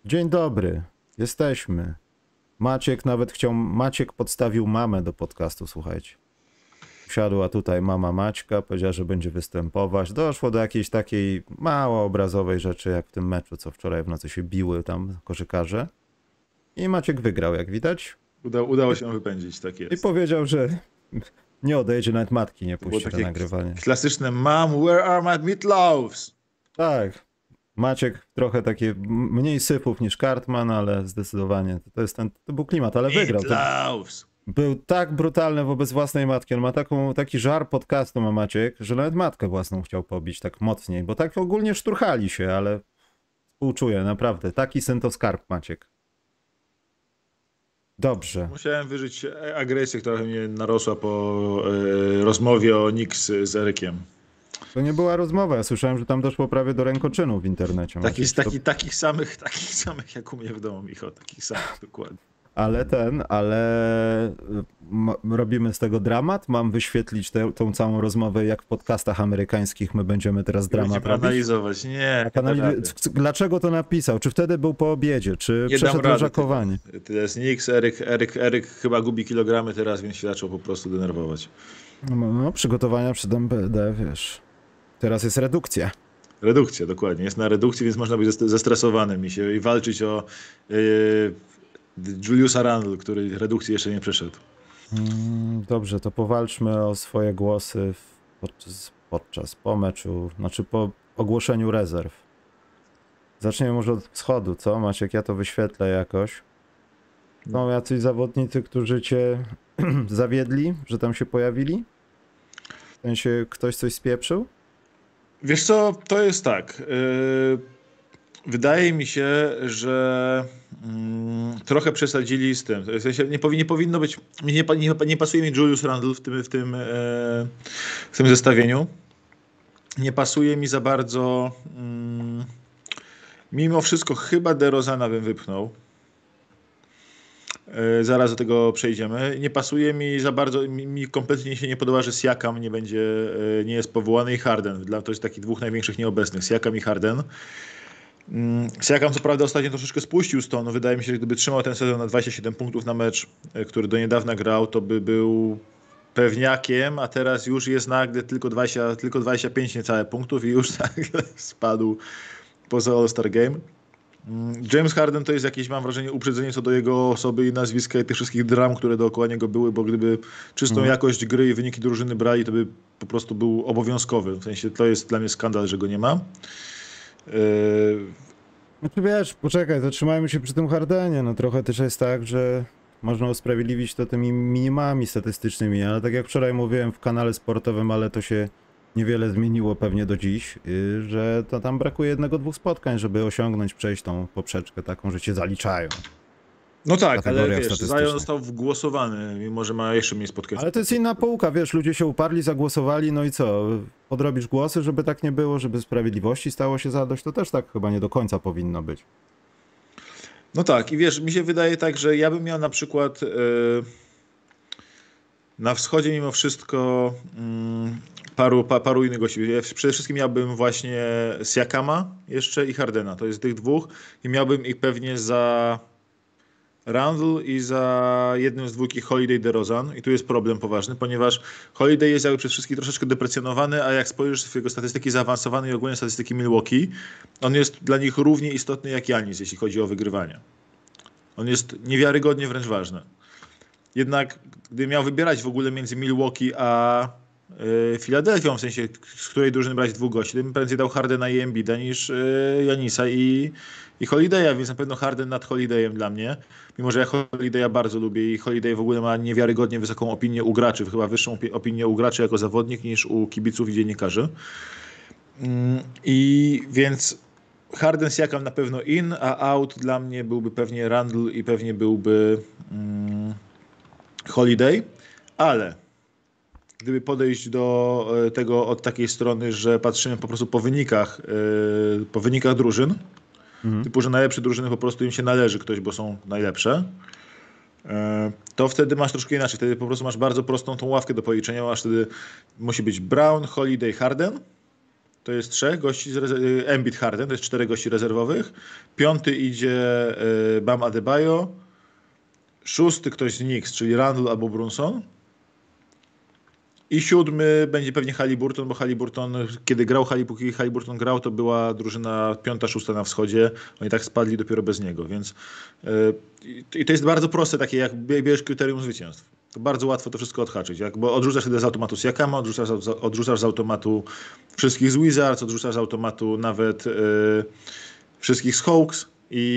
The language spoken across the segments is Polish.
Dzień dobry, jesteśmy. Maciek podstawił mamę do podcastu, słuchajcie. Usiadła tutaj mama Maćka, powiedziała, że będzie występować. Doszło do jakiejś takiej mało obrazowej rzeczy, jak w tym meczu, co wczoraj w nocy się biły tam koszykarze. I Maciek wygrał, jak widać. Udało się wypędzić, tak I jest. powiedział, że nie odejdzie, nawet matki nie To było puści na takie nagrywanie. klasyczne "Mom, where are my meatloaves?" Tak. Maciek trochę takie mniej syfów niż Cartman, ale zdecydowanie to był klimat, ale wygrał. Meatloaves! Był tak brutalny wobec własnej matki. On ma taki żar podcastu, ma Maciek, że nawet matkę własną chciał pobić tak mocniej, bo tak ogólnie szturchali się, ale współczuję, naprawdę. Taki syn to skarb, Maciek. Dobrze. Musiałem wyżyć agresję, która mnie narosła po rozmowie o Knicks z Erykiem. To nie była rozmowa, ja słyszałem, że tam doszło prawie do rękoczynu w internecie. Takich samych jak u mnie w domu, Michał, takich samych dokładnie. Robimy z tego dramat? Mam wyświetlić tą całą rozmowę, jak w podcastach amerykańskich my będziemy teraz dramat Będziemy robić? analizować. Nie. Dlaczego to napisał? Czy wtedy był po obiedzie? Czy nie przeszedł leżakowanie? To jest Knicks, Eryk chyba gubi kilogramy teraz, więc się zaczął po prostu denerwować. No, przygotowania przed MPD, wiesz. Teraz jest redukcja. Redukcja, dokładnie. Jest na redukcji, więc można być zestresowanym i walczyć o Juliusa Randle, który redukcji jeszcze nie przeszedł. Dobrze, to powalczmy o swoje głosy po meczu, znaczy po ogłoszeniu rezerw. Zaczniemy może od wschodu, co? Maciek, ja to wyświetlę jakoś. Są jacyś zawodnicy, którzy cię zawiedli, że tam się pojawili? W sensie ktoś coś spieprzył? Wiesz co, to jest tak. Wydaje mi się, że trochę przesadzili z tym. W sensie nie powinno być. Nie pasuje mi Julius Randle w tym zestawieniu. Nie pasuje mi za bardzo. Mimo wszystko chyba DeRozana bym wypchnął. Zaraz do tego przejdziemy. Nie pasuje mi za bardzo, mi kompletnie się nie podoba, że Siakam nie jest powołany i Harden. To jest takich dwóch największych nieobecnych, Siakam i Harden. Siakam co prawda ostatnio troszeczkę spuścił z tonu. Wydaje mi się, że gdyby trzymał ten sezon na 27 punktów na mecz, który do niedawna grał, to by był pewniakiem, a teraz już jest nagle tylko 25 niecałe punktów i już nagle spadł poza All-Star Game. James Harden to jest jakieś, mam wrażenie, uprzedzenie co do jego osoby i nazwiska i tych wszystkich dram, które dookoła niego były, bo gdyby czystą jakość gry i wyniki drużyny brali, to by po prostu był obowiązkowy. W sensie to jest dla mnie skandal, że go nie ma. Znaczy wiesz, poczekaj, zatrzymajmy się przy tym Hardenie. No trochę też jest tak, że można usprawiedliwić to tymi minimami statystycznymi, ale tak jak wczoraj mówiłem w kanale sportowym, ale to się niewiele zmieniło pewnie do dziś, że to tam brakuje 1-2 spotkań, żeby osiągnąć, przejść tą poprzeczkę taką, że cię zaliczają. No tak, ale wiesz, Zion został wgłosowany, mimo że ma jeszcze mniej spotkań. Ale to jest inna półka, wiesz, ludzie się uparli, zagłosowali, no i co? Podrobisz głosy, żeby tak nie było, żeby sprawiedliwości stało się zadość, to też tak chyba nie do końca powinno być. No tak, i wiesz, mi się wydaje tak, że ja bym miał na przykład na wschodzie mimo wszystko paru innych gości. Ja przede wszystkim miałbym właśnie Siakama jeszcze i Hardena. To jest tych dwóch i miałbym ich pewnie za Randle i za jednym z dwójki Holiday DeRozan. I tu jest problem poważny, ponieważ Holiday jest jakby przez wszystkich troszeczkę deprecjonowany, a jak spojrzysz w jego statystyki zaawansowane i ogólnie statystyki Milwaukee, on jest dla nich równie istotny jak Giannis, jeśli chodzi o wygrywanie. On jest niewiarygodnie wręcz ważny. Jednak gdybym miał wybierać w ogóle między Milwaukee a Filadelfią, w sensie z której drużyny brać dwóch gości, to bym prędzej dał Hardena i Embida niż Giannisa i Holiday'a, więc na pewno Harden nad Holiday'em dla mnie, mimo że ja Holiday'a bardzo lubię i Holiday w ogóle ma niewiarygodnie wysoką opinię u graczy, chyba wyższą opinię u graczy jako zawodnik niż u kibiców i dziennikarzy. I więc Harden, Siakam na pewno in, a out dla mnie byłby pewnie Randle i pewnie byłby Holiday, ale gdyby podejść do tego od takiej strony, że patrzymy po prostu po wynikach drużyn, typu, że najlepsze drużyny po prostu im się należy ktoś, bo są najlepsze, to wtedy masz troszkę inaczej. Wtedy po prostu masz bardzo prostą tą ławkę do policzenia. Masz wtedy musi być Brown, Holiday, Harden to jest 3 gości, Embiid, Harden, to jest 4 gości rezerwowych. 5 idzie Bam Adebayo. 6 ktoś z Knicks, czyli Randle albo Brunson. I 7 będzie pewnie Haliburton, bo Haliburton, kiedy Haliburton grał, to była drużyna 5., 6. na wschodzie. Oni tak spadli dopiero bez niego, więc i to jest bardzo proste, takie jak bierzesz kryterium zwycięstw. To bardzo łatwo to wszystko odhaczyć, bo odrzucasz wtedy z automatu Siakama, odrzucasz z automatu wszystkich z Wizards, odrzucasz z automatu nawet wszystkich z Hawks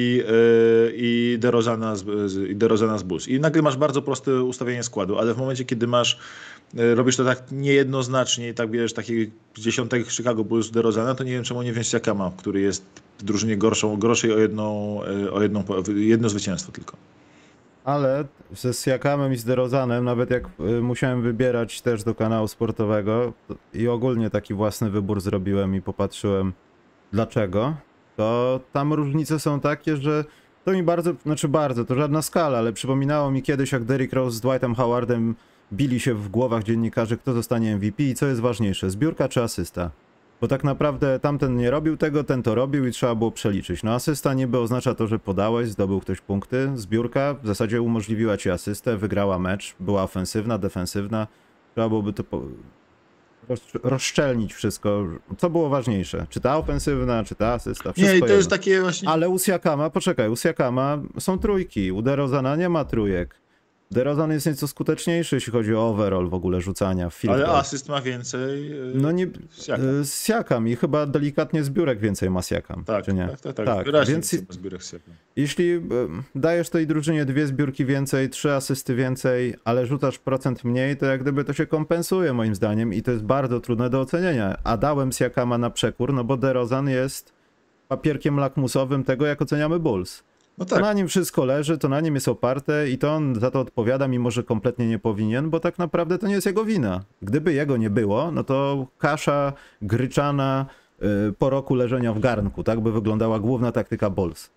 i DeRozana z Bulls. I nagle masz bardzo proste ustawienie składu, ale w momencie, kiedy robisz to tak niejednoznacznie i tak bierzesz taki 10. Chicago Bulls DeRozana, to nie wiem, czemu nie wziąć Siakama, który jest w drużynie gorszej o jedno zwycięstwo tylko. Ale ze Siakamem i z DeRozanem, nawet jak musiałem wybierać też do kanału sportowego i ogólnie taki własny wybór zrobiłem i popatrzyłem dlaczego, to tam różnice są takie, że to mi to żadna skala, ale przypominało mi kiedyś, jak Derrick Rose z Dwightem Howardem bili się w głowach dziennikarzy, kto zostanie MVP i co jest ważniejsze, zbiórka czy asysta. Bo tak naprawdę tamten nie robił tego, ten to robił i trzeba było przeliczyć. No asysta niby oznacza to, że podałeś, zdobył ktoś punkty. Zbiórka w zasadzie umożliwiła ci asystę, wygrała mecz, była ofensywna, defensywna. Trzeba byłoby to rozszczelnić wszystko. Co było ważniejsze? Czy ta ofensywna, czy ta asysta? Wszystko nie, i to jedno. jest takie właśnie... Ale u Siakama są trójki, u DeRozana nie ma trójek. DeRozan jest nieco skuteczniejszy, jeśli chodzi o overall w ogóle rzucania w field Ale goal. asyst ma więcej No nie, Siakam. Siakam i chyba delikatnie zbiórek więcej ma Siakam, Tak, czy nie? tak. Wyraźnie Więc zbiórek Siakam. jeśli dajesz tej drużynie 2 zbiórki więcej, 3 asysty więcej, ale rzucasz procent mniej, to jak gdyby to się kompensuje moim zdaniem i to jest bardzo trudne do ocenienia. A dałem Siakama na przekór, no bo DeRozan jest papierkiem lakmusowym tego, jak oceniamy Bulls. No tak. To na nim wszystko leży, to na nim jest oparte i to on za to odpowiada, mimo że kompletnie nie powinien, bo tak naprawdę to nie jest jego wina. Gdyby jego nie było, no to kasza gryczana po roku leżenia w garnku, tak by wyglądała główna taktyka Bulls.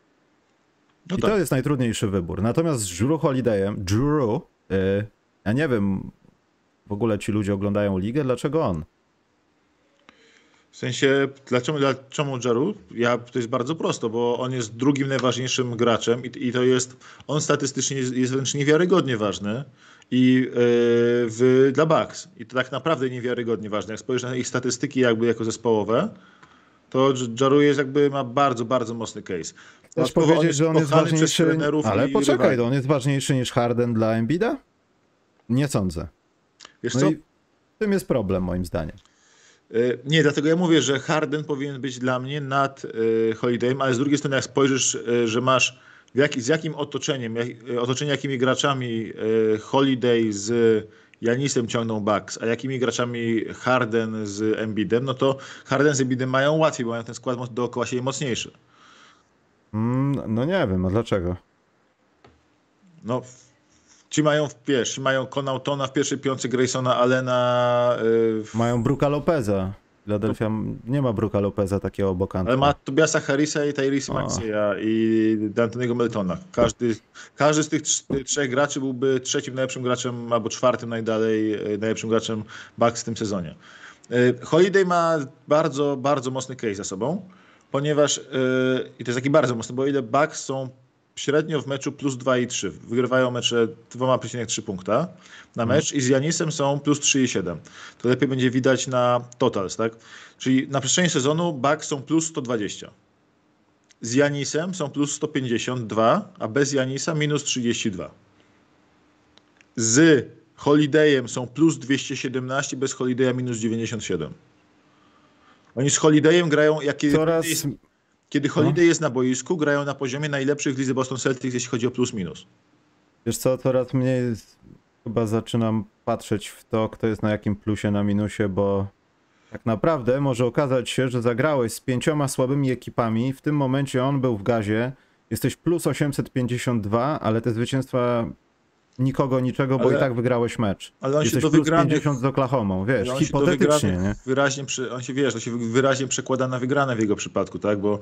No I tak. to jest najtrudniejszy wybór. Natomiast z Jrue Holidayem, ja nie wiem, w ogóle ci ludzie oglądają ligę, dlaczego on? W sensie, czemu Jaru? To jest bardzo prosto, bo on jest drugim najważniejszym graczem i to jest, on statystycznie jest wręcz niewiarygodnie ważny dla Bucks. I to tak naprawdę niewiarygodnie ważne. Jak spojrzysz na ich statystyki jakby jako zespołowe, to Jaru ma bardzo, bardzo mocny case. Chcesz powiedzieć, że on jest ważniejszy, ale poczekaj, rywali. to on jest ważniejszy niż Harden dla Embida? Nie sądzę. Wiesz No co? i w tym jest problem moim zdaniem. Nie, dlatego ja mówię, że Harden powinien być dla mnie nad Holidayem, ale z drugiej strony jak spojrzysz, że masz z jakim otoczeniem, jakimi graczami Holiday z Janisem ciągną Bucks, a jakimi graczami Harden z Embidem, no to Harden z Embidem mają łatwiej, bo mają ten skład dookoła siebie mocniejszy. No nie wiem, a dlaczego? No, ci mają Connaughtona w pierwszej piątce, Graysona Allena. Mają Brooka Lopeza. Philadelphia nie ma Brooka Lopeza takiego obok Anthony. Ale ma Tobiasa Harrisa i Tyrese Maxeya i D'Antoniego Meltona. Każdy z tych 3 graczy byłby 3. najlepszym graczem albo 4. najlepszym graczem Bucks w tym sezonie. Holiday ma bardzo, bardzo mocny case za sobą, ponieważ i to jest taki bardzo mocny, bo o ile Bucks są średnio w meczu plus 2,3. Wygrywają mecze 2,3 punkta na mecz i z Janisem są plus 3,7. To lepiej będzie widać na totals, tak? Czyli na przestrzeni sezonu Bucks są plus 120. Z Janisem są plus 152, a bez Janisa minus 32. Z Holidayem są plus 217, bez Holidaya minus 97. Oni z Holidayem grają Kiedy Holiday jest na boisku, grają na poziomie najlepszych w lidze Boston Celtics, jeśli chodzi o plus minus. Wiesz co, coraz mniej chyba zaczynam patrzeć w to, kto jest na jakim plusie, na minusie, bo tak naprawdę może okazać się, że zagrałeś z 5 słabymi ekipami, w tym momencie on był w gazie, jesteś plus 852, ale te zwycięstwa nikogo, niczego, bo i tak wygrałeś mecz. Ale on jesteś się do plus wygranych 50 z Oklahomą, wiesz, hipotetycznie, nie? To się wyraźnie przekłada na wygrane w jego przypadku, tak, bo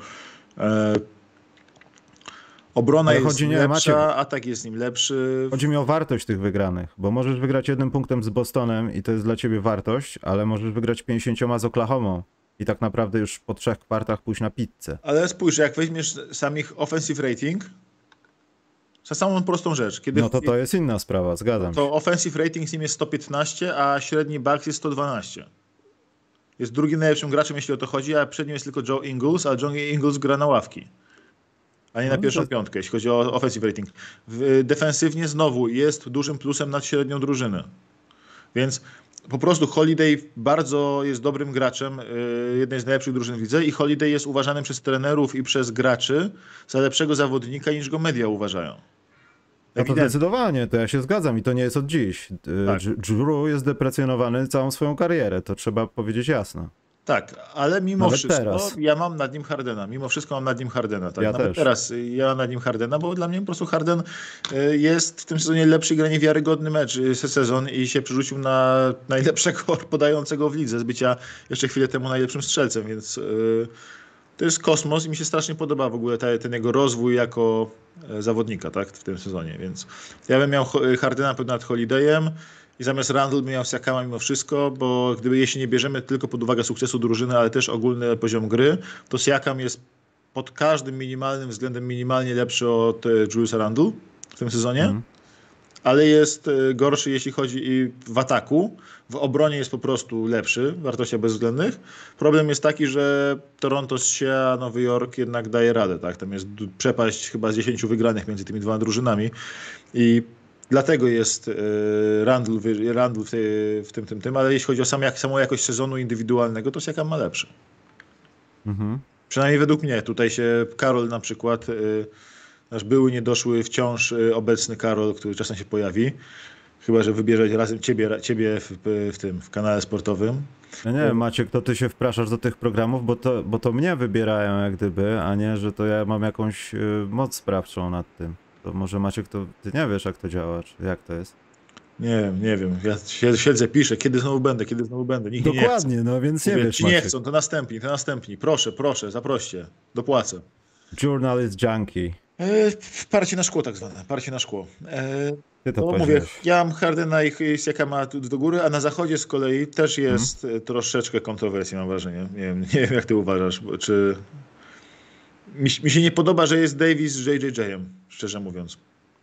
obrona Ale jest lepsza, atak jest nim lepszy. Chodzi mi o wartość tych wygranych, bo możesz wygrać 1 punktem z Bostonem i to jest dla ciebie wartość, ale możesz wygrać 50 z Oklahomą i tak naprawdę już po 3 kwartach pójść na pizzę. Ale spójrz, jak weźmiesz sam ich offensive rating, za samą prostą rzecz. Kiedy No to jest inna sprawa, zgadzam się. to offensive rating z nim jest 115, a średni Bucks jest 112. Jest drugim najlepszym graczem, jeśli o to chodzi, a przed nim jest tylko Joe Ingles, a Joe Ingles gra na ławki, a nie na pierwszą piątkę, jeśli chodzi o offensive rating. Defensywnie znowu jest dużym plusem nad średnią drużyny. Więc po prostu Holiday bardzo jest dobrym graczem jednej z najlepszych drużyn w lidze i Holiday jest uważany przez trenerów i przez graczy za lepszego zawodnika, niż go media uważają. No to zdecydowanie, to ja się zgadzam i to nie jest od dziś. Tak. Drew jest deprecjonowany całą swoją karierę, to trzeba powiedzieć jasno. Tak, ale mimo Nawet wszystko teraz. ja mam nad nim Hardena. Mimo wszystko mam nad nim Hardena. Tak? Ja Nawet też. teraz ja mam nad nim Hardena, bo dla mnie po prostu Harden jest w tym sezonie lepszy, gra niewiarygodny mecz sezon i się przerzucił na najlepszego podającego w lidze z bycia jeszcze chwilę temu najlepszym strzelcem, więc to jest kosmos i mi się strasznie podoba w ogóle ten jego rozwój jako zawodnika, tak, w tym sezonie, więc ja bym miał Hardena nad Holidayem i zamiast Randle bym miał Siakama mimo wszystko, bo jeśli nie bierzemy tylko pod uwagę sukcesu drużyny, ale też ogólny poziom gry, to Siakam jest pod każdym minimalnym względem minimalnie lepszy od Juliusa Randle w tym sezonie. Ale jest gorszy, jeśli chodzi i w ataku. W obronie jest po prostu lepszy w wartościach bezwzględnych. Problem jest taki, że Toronto z Nowy Jork jednak daje radę. Tak? Tam jest przepaść chyba z 10 wygranych między tymi dwoma drużynami i dlatego jest Randle w tym, ale jeśli chodzi o samą jakość sezonu indywidualnego, to Siakam ma lepszy. Przynajmniej według mnie. Tutaj się Karol na przykład... Nasz były niedoszły wciąż obecny Karol, który czasem się pojawi. Chyba że wybierze razem ciebie w kanale sportowym. Ja nie wiem, Maciek, to ty się wpraszasz do tych programów, bo to mnie wybierają jak gdyby, a nie, że to ja mam jakąś moc sprawczą nad tym. To może Maciek, to ty nie wiesz jak to działa, czy jak to jest? Nie wiem. Ja siedzę, piszę, kiedy znowu będę. Nikt Dokładnie, nie no więc nie Mówię, wiesz, ci Maciek. nie chcą, to następni. Proszę, zaproście. Dopłacę. Journalist junkie. Parcie na szkło tak zwane, parcie na szkło. Ty to Mówię, powiedziałeś. ja mam Hardena i Siakama do góry, a na zachodzie z kolei też jest troszeczkę kontrowersji, mam wrażenie. Nie wiem jak ty uważasz, czy... Mi się nie podoba, że jest Davis z JJ'em, szczerze mówiąc.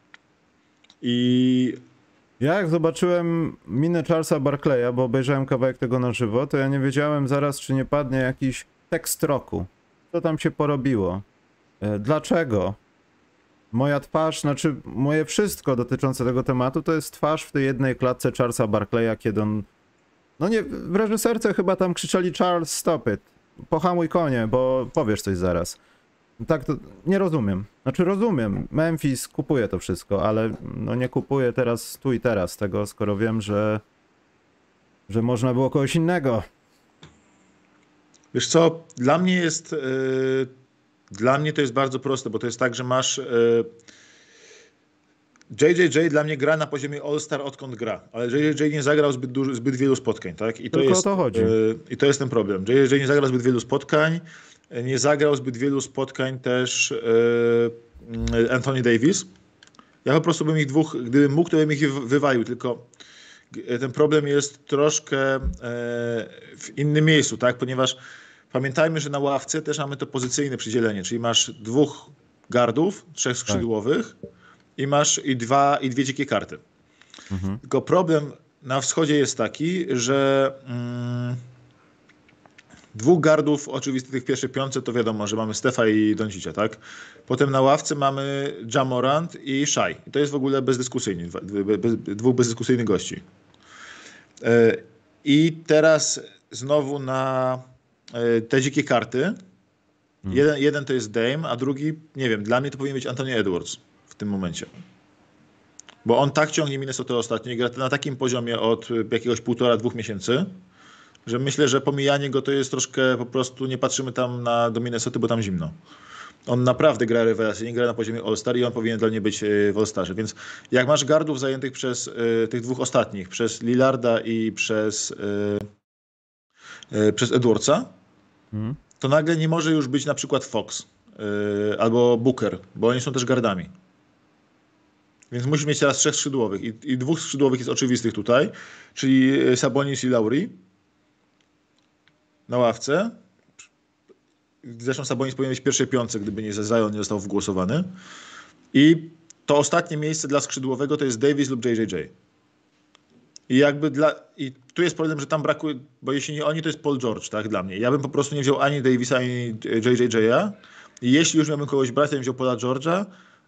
Ja jak zobaczyłem minę Charlesa Barkleya, bo obejrzałem kawałek tego na żywo, to ja nie wiedziałem zaraz, czy nie padnie jakiś tekst roku. Co tam się porobiło? Dlaczego? Moja twarz, znaczy moje wszystko dotyczące tego tematu, to jest twarz w tej jednej klatce Charlesa Barkleya, kiedy on... No nie, w reżyserce chyba tam krzyczeli Charles, stop it. Pohamuj konie, bo powiesz coś zaraz. Tak to nie rozumiem. Znaczy rozumiem, Memphis kupuje to wszystko, ale no nie kupuje teraz tu i teraz tego, skoro wiem, że można było kogoś innego. Wiesz co, dla mnie to jest bardzo proste, bo to jest tak, że masz... JJJ dla mnie gra na poziomie All-Star odkąd gra, ale JJJ nie zagrał zbyt wielu spotkań, tak? Tylko o to chodzi. I to jest ten problem. JJJ nie zagrał zbyt wielu spotkań, nie zagrał zbyt wielu spotkań też Anthony Davis. Ja po prostu bym ich dwóch, gdybym mógł, to bym ich wywalił, tylko ten problem jest troszkę w innym miejscu, tak? Ponieważ pamiętajmy, że na ławce też mamy to pozycyjne przydzielenie, czyli masz 2 gardów, 3 skrzydłowych i masz dwie dzikie karty. Tylko problem na wschodzie jest taki, że 2 gardów oczywistych w pierwszej piątce to wiadomo, że mamy Stefa i Doncicia, tak? Potem na ławce mamy Ja Morant i Shai. I to jest w ogóle bezdyskusyjnie, 2 bezdyskusyjnych gości. I teraz znowu na te dzikie karty. Jeden to jest Dame, a drugi, nie wiem, dla mnie to powinien być Anthony Edwards w tym momencie. Bo on tak ciągnie Minnesota ostatnio i gra na takim poziomie od jakiegoś 1,5-2 miesięcy, że myślę, że pomijanie go to jest troszkę po prostu, nie patrzymy tam do Minnesoty, bo tam zimno. On naprawdę gra rewelacyjnie, gra na poziomie All-Star i on powinien dla mnie być w All-Starze. Więc jak masz gardów zajętych przez tych 2 ostatnich, przez Lillarda i przez Edwardsa, to nagle nie może już być na przykład Fox albo Booker, bo oni są też gardami. Więc musisz mieć teraz 3 skrzydłowych i 2 skrzydłowych jest oczywistych tutaj, czyli Sabonis i Lowry. na ławce. Zresztą Sabonis powinien być w pierwszej piątce, gdyby nie Zion nie został wgłosowany. I to ostatnie miejsce dla skrzydłowego to jest Davis lub JJJ. I tu jest problem, że tam brakuje, bo jeśli nie oni, to jest Paul George, tak, dla mnie. Ja bym po prostu nie wziął ani Davisa, ani JJJ'a. I jeśli już miałbym kogoś brać, to bym wziął Paula George'a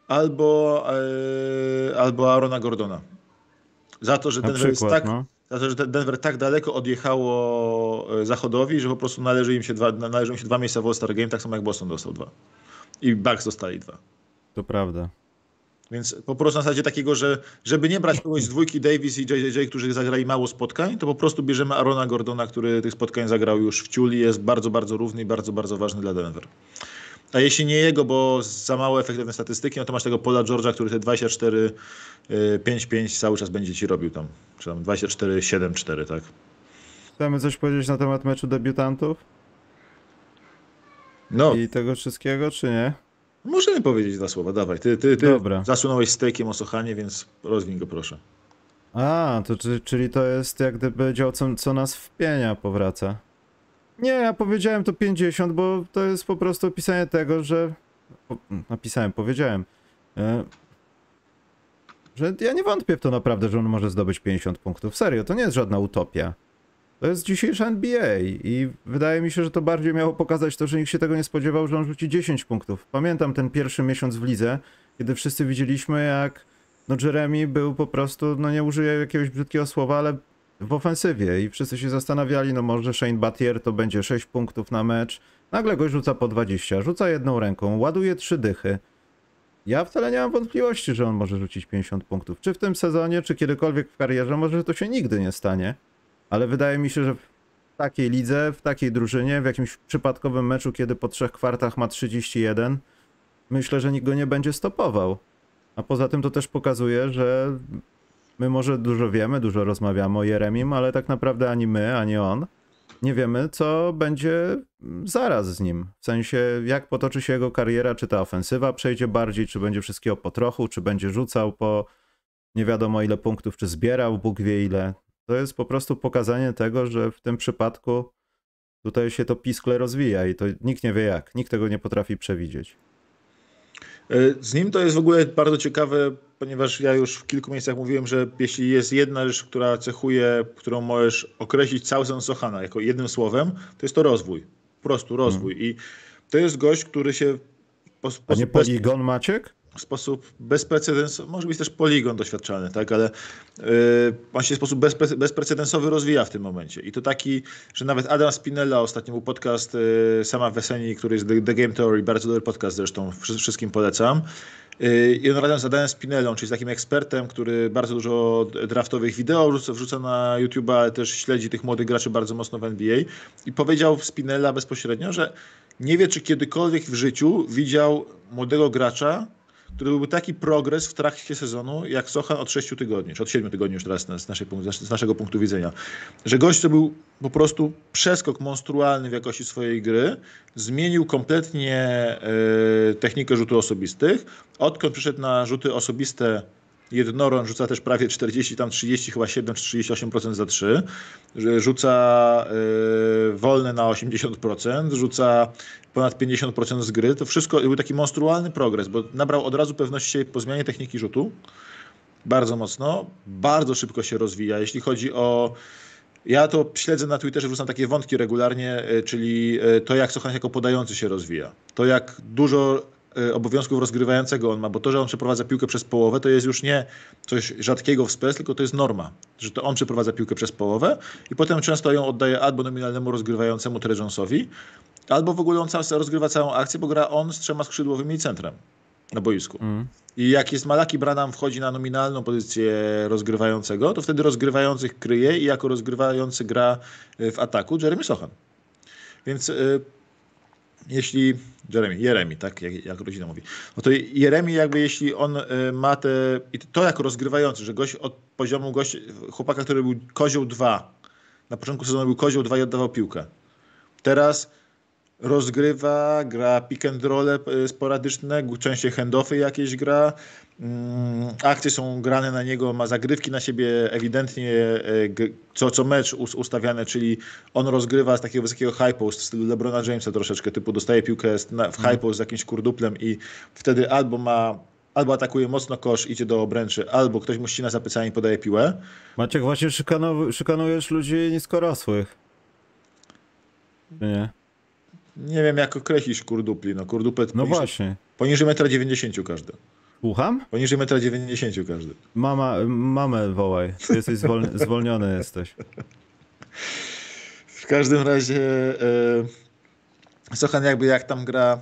albo Aarona Gordona. Za to, że Na Denver przykład, jest tak, no. za to, że Denver tak daleko odjechało Zachodowi, że po prostu należą im się dwa miejsca w All-Star Game, tak samo jak Boston dostał 2. I Bucks dostali 2. To prawda. Więc po prostu na zasadzie takiego, że żeby nie brać kogoś z dwójki Davis i JJJ, którzy zagrali mało spotkań, to po prostu bierzemy Aarona Gordona, który tych spotkań zagrał już w ciuli, jest bardzo, bardzo równy i bardzo, bardzo ważny dla Denver. A jeśli nie jego, bo za mało efektywne statystyki, no to masz tego Paula George'a, który te 24, 5-5 cały czas będzie ci robił tam. Czy tam 24, 7-4, tak? Chcemy coś powiedzieć na temat meczu debiutantów No, i tego wszystkiego, czy nie? możemy powiedzieć 2 słowa, dawaj. Ty Dobra. zasunąłeś stejkiem o Sochanie, więc rozwiń go proszę. A, to czyli to jest jak gdyby dział, co nas wpienia, powraca. Nie, ja powiedziałem to 50, bo to jest po prostu opisanie tego, że... powiedziałem, że ja nie wątpię w to naprawdę, że on może zdobyć 50 punktów. Serio, to nie jest żadna utopia. To jest dzisiejsza NBA i wydaje mi się, że to bardziej miało pokazać to, że nikt się tego nie spodziewał, że on rzuci 10 punktów. Pamiętam ten pierwszy miesiąc w lidze, kiedy wszyscy widzieliśmy, jak no Jeremy był po prostu, no nie użyję jakiegoś brzydkiego słowa, ale w ofensywie i wszyscy się zastanawiali, no może Shane Battier to będzie 6 punktów na mecz. Nagle goś rzuca po 20, rzuca jedną ręką, ładuje 3 dychy. Ja wcale nie mam wątpliwości, że on może rzucić 50 punktów. Czy w tym sezonie, czy kiedykolwiek w karierze, może to się nigdy nie stanie. Ale wydaje mi się, że w takiej lidze, w takiej drużynie, w jakimś przypadkowym meczu, kiedy po 3 kwartach ma 31, myślę, że nikt go nie będzie stopował. A poza tym to też pokazuje, że my może dużo wiemy, dużo rozmawiamy o Jeremim, ale tak naprawdę ani my, ani on nie wiemy, co będzie zaraz z nim. W sensie, jak potoczy się jego kariera, czy ta ofensywa przejdzie bardziej, czy będzie wszystkiego po trochu, czy będzie rzucał po nie wiadomo ile punktów, czy zbierał, Bóg wie ile. To jest po prostu pokazanie tego, że w tym przypadku tutaj się to piskle rozwija i to nikt nie wie jak. Nikt tego nie potrafi przewidzieć. Z nim to jest w ogóle bardzo ciekawe, ponieważ ja już w kilku miejscach mówiłem, że jeśli jest jedna rzecz, która cechuje, którą możesz określić cały sezon Sochana jako jednym słowem, to jest to rozwój. Po prostu rozwój. I to jest gość, który się A nie poligon, Maciek? w sposób bezprecedensowy, może być też poligon doświadczalny, tak, ale on się w sposób bezprecedensowy rozwija w tym momencie. I to taki, że nawet Adam Spinella, ostatnio był podcast Sama Weseni, który jest The Game Theory, bardzo dobry podcast zresztą, wszystkim polecam. I on razem z Adamem Spinellą, czyli z takim ekspertem, który bardzo dużo draftowych wideo wrzuca na YouTube, ale też śledzi tych młodych graczy bardzo mocno w NBA. I powiedział Spinella bezpośrednio, że nie wie, czy kiedykolwiek w życiu widział młodego gracza, który byłby taki progres w trakcie sezonu, jak Sochan od 6 tygodni, czy od 7 tygodni już teraz z naszego punktu widzenia. Że gość to był po prostu przeskok monstrualny w jakości swojej gry, zmienił kompletnie technikę rzutów osobistych. Odkąd przyszedł na rzuty osobiste, jednoroń rzuca też prawie 40, tam 30, chyba 7 czy 38% za 3. Rzuca wolne na 80%, rzuca ponad 50% z gry. To wszystko był taki monstrualny progres, bo nabrał od razu pewności siebie po zmianie techniki rzutu. Bardzo mocno. Bardzo szybko się rozwija. Jeśli chodzi o... Ja to śledzę na Twitterze, wrzucam takie wątki regularnie, czyli to, jak Sochan jako podający się rozwija. To, jak dużo obowiązków rozgrywającego on ma, bo to, że on przeprowadza piłkę przez połowę, to jest już nie coś rzadkiego w spes, tylko to jest norma, że to on przeprowadza piłkę przez połowę i potem często ją oddaje albo nominalnemu rozgrywającemu Trey Jonesowi, albo w ogóle on rozgrywa całą akcję, bo gra on z 3 skrzydłowymi i centrem na boisku. I jak jest Malaki Branham wchodzi na nominalną pozycję rozgrywającego, to wtedy rozgrywających kryje i jako rozgrywający gra w ataku Jeremy Sochan. Więc jeśli Jeremy, tak jak rodzina mówi, no to Jeremy jakby jeśli on ma to jako rozgrywający, że gość od poziomu chłopaka, który był kozioł 2, na początku sezonu był kozioł 2 i oddawał piłkę. Teraz rozgrywa, gra pick and roll sporadyczne, częściej handoffy jakieś gra. Akcje są grane na niego, ma zagrywki na siebie ewidentnie co mecz ustawiane, czyli on rozgrywa z takiego wysokiego high post w stylu LeBrona Jamesa troszeczkę, typu dostaje piłkę w high post z jakimś kurduplem i wtedy albo atakuje mocno kosz, idzie do obręczy, albo ktoś mu ścina za plecami i podaje piłę. Maciek, właśnie szykanujesz ludzi niskorosłych. Czy nie? Nie wiem, jak określisz kurdupli. No, kurduplet No właśnie. poniżej 1,90 m każdy. Słucham? Poniżej 1,90 m każdy. Mamę wołaj. Ty jesteś zwolniony jesteś. W każdym razie Sochan jakby jak tam gra,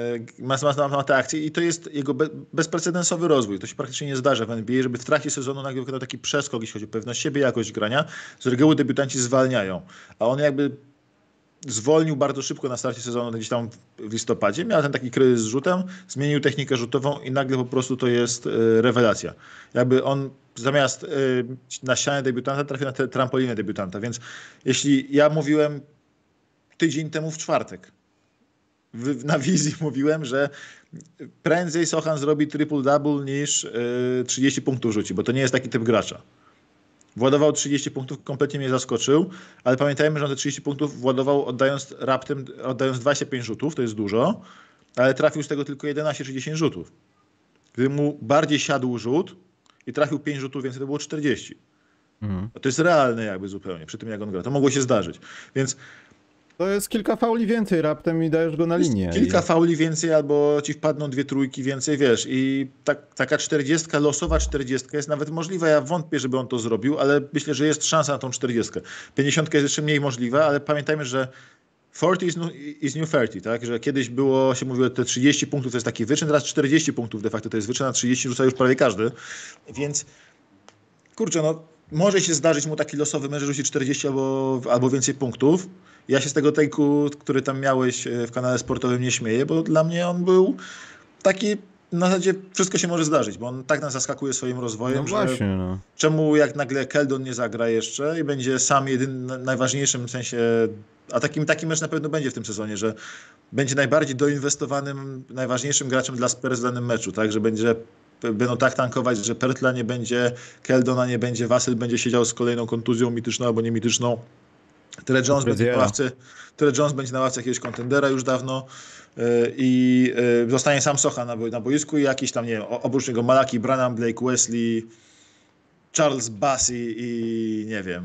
ma te akcje i to jest jego bezprecedensowy rozwój. To się praktycznie nie zdarza w NBA, żeby w trakcie sezonu nagle wykonał taki przeskok, jeśli chodzi o pewność siebie, jakość grania. Z reguły debiutanci zwalniają, a on jakby zwolnił bardzo szybko na starcie sezonu, gdzieś tam w listopadzie. Miał ten taki kryzys z rzutem, zmienił technikę rzutową i nagle po prostu to jest rewelacja. Jakby on zamiast na ścianę debiutanta trafił na trampolinę debiutanta. Więc jeśli ja mówiłem tydzień temu w czwartek, na wizji mówiłem, że prędzej Sochan zrobi triple-double niż 30 punktów rzuci, bo to nie jest taki typ gracza. Władował 30 punktów, kompletnie mnie zaskoczył, ale pamiętajmy, że on te 30 punktów władował oddając 25 rzutów, to jest dużo, ale trafił z tego tylko 11 czy 10 rzutów. Gdyby mu bardziej siadł rzut i trafił 5 rzutów więcej, to było 40. To jest realne jakby zupełnie, przy tym jak on gra. To mogło się zdarzyć. Więc To jest kilka fauli więcej raptem i dajesz go na linię. kilka fauli więcej albo ci wpadną 2 trójki więcej, wiesz. I taka 40, losowa 40 jest nawet możliwa. Ja wątpię, żeby on to zrobił, ale myślę, że jest szansa na tą 40. 50 jest jeszcze mniej możliwa, ale pamiętajmy, że 40 is new 30, tak? Że kiedyś się mówiło, że te 30 punktów to jest taki wyczyn, teraz 40 punktów de facto to jest wyczyn, a 30 rzuca już prawie każdy. Więc kurczę, no może się zdarzyć mu taki losowy mecz, że rzuci 40 albo więcej punktów. Ja się z tego take'u, który tam miałeś w kanale sportowym, nie śmieję, bo dla mnie on był taki, na zasadzie wszystko się może zdarzyć, bo on tak nas zaskakuje swoim rozwojem, No właśnie, no. czemu jak nagle Keldon nie zagra jeszcze i będzie sam najważniejszym w sensie, a taki mecz na pewno będzie w tym sezonie, że będzie najbardziej doinwestowanym, najważniejszym graczem dla Spurs w danym meczu, tak, że będą tak tankować, że Pertla nie będzie, Keldona nie będzie, Vasyl będzie siedział z kolejną kontuzją mityczną albo niemityczną. Tyle Jones będzie na ławce jakiegoś kontendera już dawno i zostanie sam Sochan na boisku i jakiś tam, nie wiem, oprócz niego Malaki Branham, Blake Wesley, Charles Bassey i nie wiem,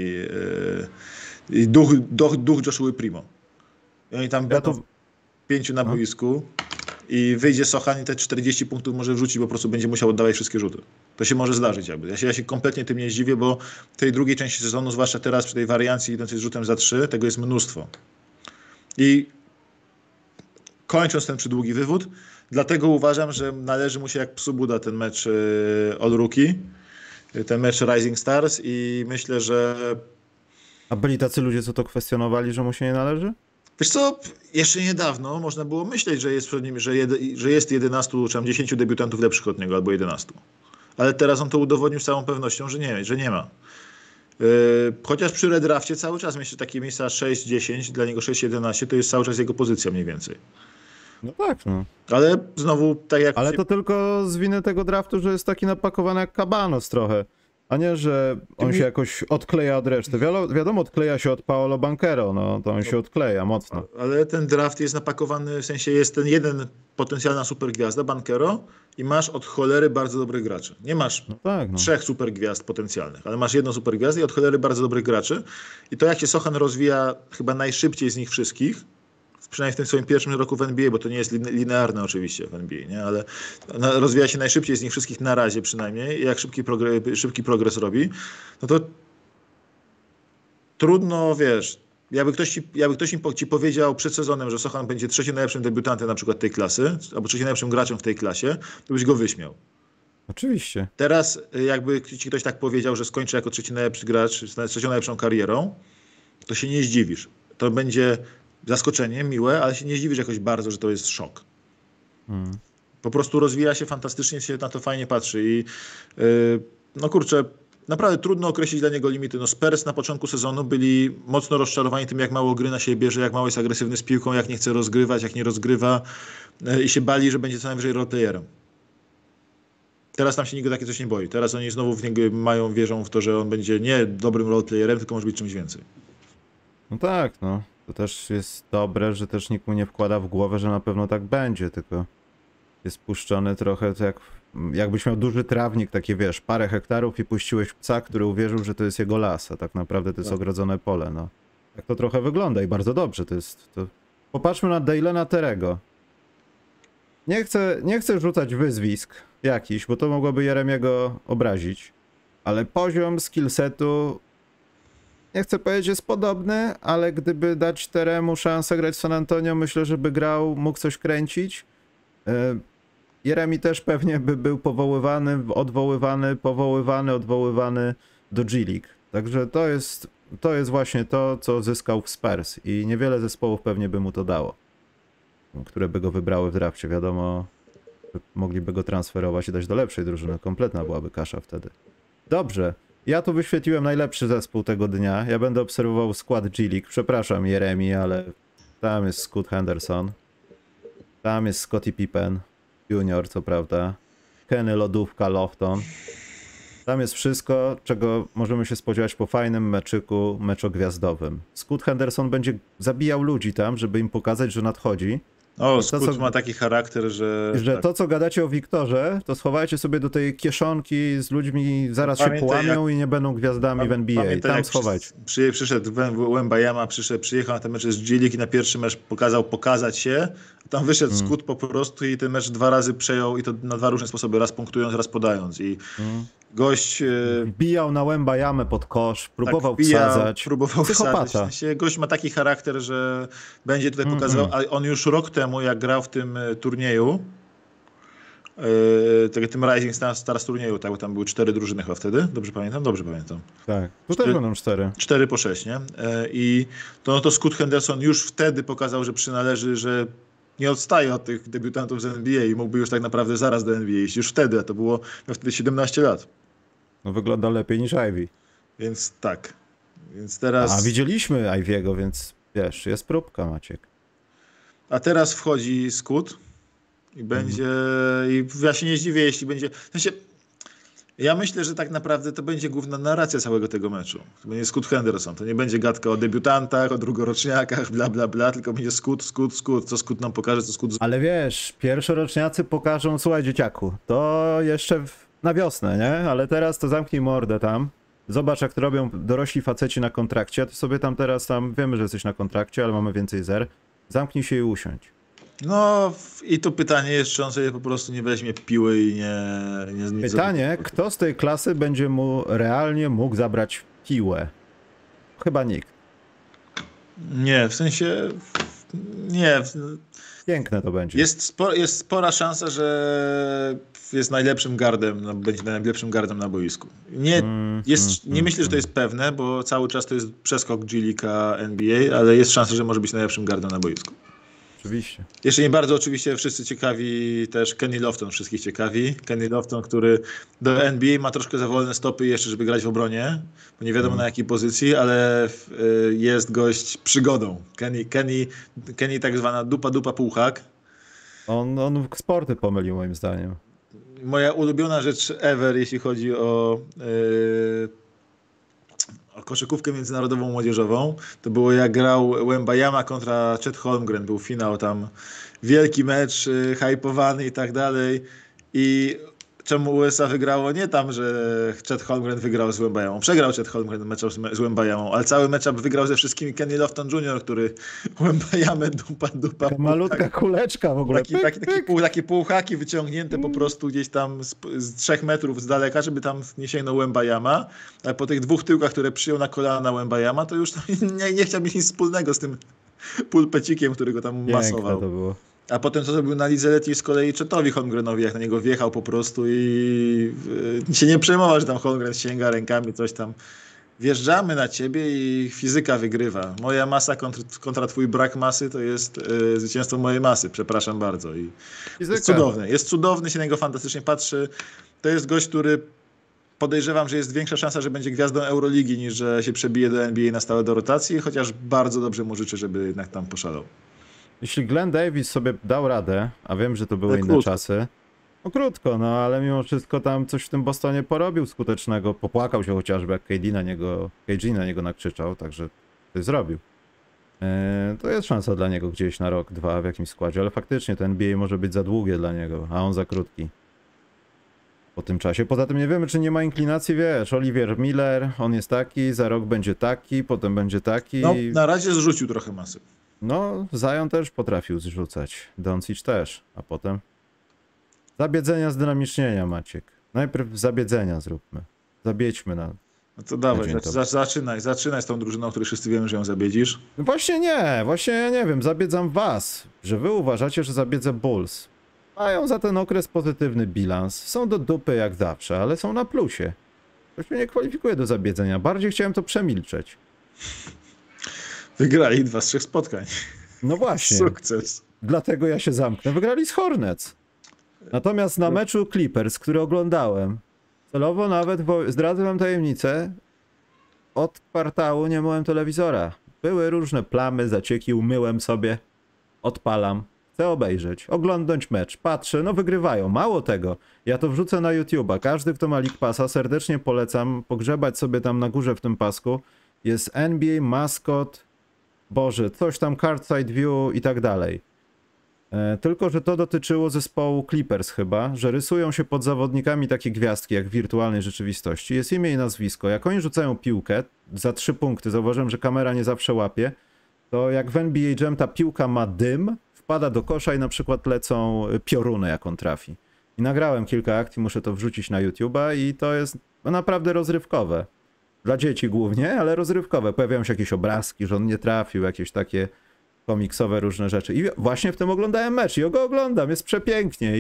i duch Joshua Primo. I oni tam będą 5 na boisku i wyjdzie Sochan i te 40 punktów może wrzucić, bo po prostu będzie musiał oddawać wszystkie rzuty. To się może zdarzyć jakby. Ja się kompletnie tym nie zdziwię, bo w tej drugiej części sezonu, zwłaszcza teraz przy tej wariancji idącej z rzutem za 3, tego jest mnóstwo. I kończąc ten przydługi wywód, dlatego uważam, że należy mu się jak psu Buda ten mecz All Rookie, ten mecz Rising Stars i myślę, że... A byli tacy ludzie, co to kwestionowali, że mu się nie należy? Wiesz co, jeszcze niedawno można było myśleć, że jest przed nim, że jest 11 czy tam 10 debiutantów lepszych od niego, albo 11. Ale teraz on to udowodnił z całą pewnością, że nie ma. Chociaż przy redrafcie cały czas myślę, takie miejsca 6-10, dla niego 6-11 to jest cały czas jego pozycja mniej więcej. No tak, no. Ale znowu tak jak... Ale to tylko z winy tego draftu, że jest taki napakowany jak kabanos trochę. A nie, że on się jakoś odkleja od reszty. Wiadomo, odkleja się od Paolo Banchero, no to on się odkleja mocno. Ale ten draft jest napakowany, w sensie jest ten jeden potencjalna supergwiazda, Banchero, i masz od cholery bardzo dobrych graczy. Nie masz trzech supergwiazd potencjalnych, ale masz jedną supergwiazdę i od cholery bardzo dobrych graczy. I to jak się Sochan rozwija chyba najszybciej z nich wszystkich, przynajmniej w tym swoim pierwszym roku w NBA, bo to nie jest linearne oczywiście w NBA, nie? Ale rozwija się najszybciej z nich wszystkich na razie przynajmniej. Jak szybki progres robi, no to trudno, wiesz, jakby ktoś ci powiedział przed sezonem, że Sochan będzie trzecim najlepszym debiutantem na przykład tej klasy, albo trzecim najlepszym graczem w tej klasie, to byś go wyśmiał. Oczywiście. Teraz jakby ci ktoś tak powiedział, że skończy jako trzeci najlepszy gracz, z trzecią najlepszą karierą, to się nie zdziwisz. To będzie zaskoczenie, miłe, ale się nie zdziwisz jakoś bardzo, że to jest szok. Po prostu rozwija się fantastycznie, się na to fajnie patrzy i no kurczę, naprawdę trudno określić dla niego limity. No Spurs na początku sezonu byli mocno rozczarowani tym, jak mało gry na siebie bierze, jak mało jest agresywny z piłką, jak nie chce rozgrywać, jak nie rozgrywa i się bali, że będzie co najwyżej roleplayerem. Teraz tam się nikt takie coś nie boi. Teraz oni znowu w niego wierzą w to, że on będzie nie dobrym roleplayerem, tylko może być czymś więcej. No tak, no. To też jest dobre, że też nikt mu nie wkłada w głowę, że na pewno tak będzie, tylko jest puszczony trochę to jakbyś miał duży trawnik, takie wiesz, parę hektarów i puściłeś psa, który uwierzył, że to jest jego las, a tak naprawdę to jest ogrodzone pole, no. Tak to trochę wygląda i bardzo dobrze to jest. Popatrzmy na Daylena Terego. Nie chcę rzucać wyzwisk jakichś, bo to mogłoby Jeremiego obrazić, ale poziom skillsetu, nie chcę powiedzieć, jest podobny, ale gdyby dać Teremu szansę grać w San Antonio, myślę, że by grał, mógł coś kręcić. Jeremi też pewnie by był odwoływany do G-League. Także to jest właśnie to, co zyskał w Spurs i niewiele zespołów pewnie by mu to dało, które by go wybrały w drafcie. Wiadomo, mogliby go transferować i dać do lepszej drużyny. Kompletna byłaby kasza wtedy. Dobrze. Ja tu wyświetliłem najlepszy zespół tego dnia. Ja będę obserwował skład G-League. Przepraszam, Jeremi, ale tam jest Scoot Henderson. Tam jest Scottie Pippen Junior, co prawda. Kenny Lodówka Lofton. Tam jest wszystko, czego możemy się spodziewać po fajnym meczyku, meczogwiazdowym. Scoot Henderson będzie zabijał ludzi tam, żeby im pokazać, że nadchodzi. O, Scoot ma taki charakter, że... Tak. To, co gadacie o Wiktorze, to schowajcie sobie do tej kieszonki z ludźmi, zaraz się połamią i nie będą gwiazdami w NBA. Pamiętaj, tam schowajcie. Przyszedł Wembanyama, przyjechał na ten mecz z G-League i na pierwszy mecz pokazać się. Tam wyszedł Scoot po prostu i ten mecz 2 razy przejął i to na 2 różne sposoby, raz punktując, raz podając. I gość... Bijał na Wembanyamę pod kosz, próbował wsadzać. Psychopata. W sensie, gość ma taki charakter, że będzie tutaj pokazywał, a on już rok temu, jak grał w tym turnieju, tym Rising Stars turnieju, tak, bo tam były 4 drużyny chyba wtedy, dobrze pamiętam? Dobrze pamiętam. Tak, tu też będą 4. 4 po 6, nie? I to Scoot Henderson już wtedy pokazał, że przynależy, że nie odstaje od tych debiutantów z NBA i mógłby już tak naprawdę zaraz do NBA iść. Już wtedy, a to było, miał wtedy 17 lat. No wygląda lepiej niż Ivy. Więc tak. Więc teraz... A widzieliśmy Ivy'ego, więc wiesz, jest próbka, Maciek. A teraz wchodzi Scoot i będzie... I ja się nie zdziwię, jeśli będzie... W sensie, ja myślę, że tak naprawdę to będzie główna narracja całego tego meczu. To będzie Scoot Henderson. To nie będzie gadka o debiutantach, o drugoroczniakach, bla, bla, bla, tylko będzie Scoot. Co Scoot nam pokaże, co Scoot... Ale wiesz, pierwszoroczniacy pokażą, słuchaj dzieciaku, to jeszcze na wiosnę, nie? Ale teraz to zamknij mordę tam. Zobacz, jak to robią dorośli faceci na kontrakcie. A ty sobie teraz wiemy, że jesteś na kontrakcie, ale mamy więcej zer. Zamknij się i usiądź. No i tu pytanie jest, czy on sobie po prostu nie weźmie piły i nie Pytanie, kto z tej klasy będzie mu realnie mógł zabrać piłę? Chyba nikt. Nie, w sensie... Nie. Piękne to będzie. Jest spora szansa, że jest najlepszym gardem, będzie najlepszym gardem na boisku. Nie myślę, że to jest pewne, bo cały czas to jest przeskok G-League'a NBA, ale jest szansa, że może być najlepszym gardem na boisku. Oczywiście. Jeszcze nie bardzo oczywiście wszyscy ciekawi też Kenny Lofton, wszystkich ciekawi. Kenny Lofton, który do NBA ma troszkę za wolne stopy jeszcze, żeby grać w obronie, bo nie wiadomo na jakiej pozycji, ale jest gość przygodą. Kenny tak zwana dupa półhak. On sporty pomylił moim zdaniem. Moja ulubiona rzecz ever, jeśli chodzi o koszykówkę międzynarodową młodzieżową, to było jak grał Wembanyama kontra Chet Holmgren, był finał tam, wielki mecz, hypowany i tak dalej i czemu USA wygrało? Nie tam, że Chet Holmgren wygrał z Wembanyamą, przegrał Chet Holmgren mecz z Wembanyamą, ale cały mecz wygrał ze wszystkimi Kenny Lofton Jr., który Wembanyamę dupa. Taka malutka kuleczka w ogóle. Takie półhaki wyciągnięte po prostu gdzieś tam z 3 metrów z daleka, żeby tam nie sięgnął Wembanyama, ale po tych 2 tyłkach, które przyjął na kolana Wembanyama, to już nie chciał mieć nic wspólnego z tym pulpecikiem, który go tam masował. To było. A potem co zrobił na lidze letniej z kolei Chetowi Holmgrenowi, jak na niego wjechał po prostu i się nie przejmował, że tam Holmgren sięga rękami, coś tam. Wjeżdżamy na ciebie i fizyka wygrywa. Moja masa kontra twój brak masy to jest zwycięstwo mojej masy. Przepraszam bardzo. I jest cudowny. Jest cudowny, się na niego fantastycznie patrzy. To jest gość, który podejrzewam, że jest większa szansa, że będzie gwiazdą Euroligi, niż że się przebije do NBA na stałe do rotacji, chociaż bardzo dobrze mu życzę, żeby jednak tam poszalał. Jeśli Glenn Davis sobie dał radę, a wiem, że to były inne krótko. czasy, no krótko, no ale mimo wszystko tam coś w tym Bostonie porobił skutecznego, popłakał się chociażby, jak KG na niego nakrzyczał, także coś zrobił. To jest szansa dla niego gdzieś na rok, dwa w jakimś składzie, ale faktycznie ten NBA może być za długie dla niego, a on za krótki. Po tym czasie. Poza tym nie wiemy, czy nie ma inklinacji, wiesz, Oliver Miller, on jest taki, za rok będzie taki, potem będzie taki. No, na razie zrzucił trochę masy. No, Zion też potrafił zrzucać, Doncic też, a potem zabiedzenia zdynamicznienia, Maciek. Najpierw zabiedzenia zróbmy. Zabiedźmy na... No to dawaj, dzień dobry. zaczynaj z tą drużyną, o której wszyscy wiemy, że ją zabiedzisz. No właśnie ja nie wiem, zabiedzam was, że wy uważacie, że zabiedzę Bulls. Mają za ten okres pozytywny bilans, są do dupy jak zawsze, ale są na plusie. To się nie kwalifikuje do zabiedzenia, bardziej chciałem to przemilczeć. Wygrali 2 z 3 spotkań. No właśnie. Sukces. Dlatego ja się zamknę. Wygrali z Hornets. Natomiast na meczu Clippers, który oglądałem, celowo nawet, zdradzę wam tajemnicę, od kwartału nie myłem telewizora. Były różne plamy, zacieki, umyłem sobie, odpalam, chcę obejrzeć, oglądać mecz, patrzę, no wygrywają. Mało tego, ja to wrzucę na YouTube'a. Każdy, kto ma League Passa, serdecznie polecam pogrzebać sobie tam na górze w tym pasku. Jest NBA, Mascot, Boże, coś tam, Card Side View i tak dalej. Tylko, że to dotyczyło zespołu Clippers chyba, że rysują się pod zawodnikami takie gwiazdki jak w wirtualnej rzeczywistości. Jest imię i nazwisko. Jak oni rzucają piłkę za 3 punkty, zauważyłem, że kamera nie zawsze łapie, to jak w NBA Jam ta piłka ma dym, wpada do kosza i na przykład lecą pioruny, jak on trafi. I nagrałem kilka akcji, muszę to wrzucić na YouTube'a i to jest naprawdę rozrywkowe. Dla dzieci głównie, ale rozrywkowe. Pojawiają się jakieś obrazki, że on nie trafił, jakieś takie komiksowe różne rzeczy. I właśnie w tym oglądałem mecz i go oglądam, jest przepięknie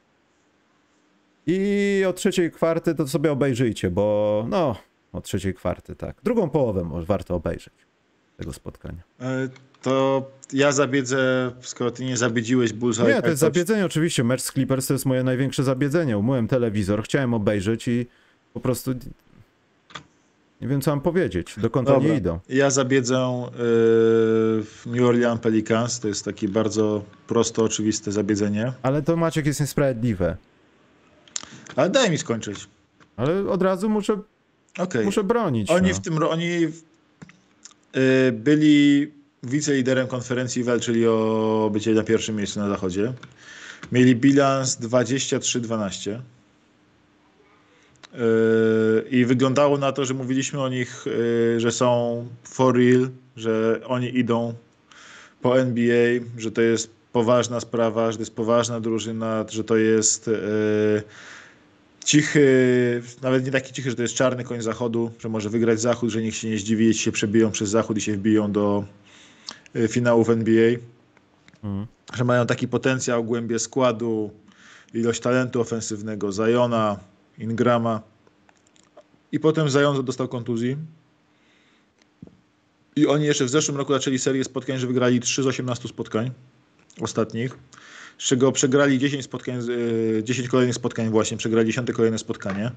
i o 3/4 to sobie obejrzyjcie, bo no, o 3/4, tak. Drugą połowę może warto obejrzeć tego spotkania. To ja zabiedzę, skoro ty nie zabiedziłeś Bulls. Nie, to jest zabiedzenie oczywiście, mecz z Clippers to jest moje największe zabiedzenie. Umyłem telewizor, chciałem obejrzeć i po prostu nie wiem, co mam powiedzieć, dokąd oni idą. Ja zabiedzę w New Orleans Pelicans, to jest takie bardzo prosto, oczywiste zabiedzenie. Ale to, Maciek, jest niesprawiedliwe. Ale daj mi skończyć. Ale od razu muszę bronić. Oni no. Byli wiceliderem konferencji, walczyli o bycie na pierwszym miejscu na zachodzie. Mieli bilans 23-12. I wyglądało na to, że mówiliśmy o nich, że są for real, że oni idą po NBA, że to jest poważna sprawa, że to jest poważna drużyna, że to jest cichy, nawet nie taki cichy, że to jest czarny koń zachodu, że może wygrać zachód, że nikt się nie zdziwi, jeśli się przebiją przez zachód i się wbiją do finałów NBA. Że mają taki potencjał, głębię składu, ilość talentu ofensywnego, Ziona, Ingrama. I potem Zion dostał kontuzji. I oni jeszcze w zeszłym roku zaczęli serię spotkań, że wygrali 3 z 18 spotkań ostatnich, z czego przegrali 10 spotkań, 10 kolejnych spotkań właśnie, przegrali 10 kolejne spotkanie.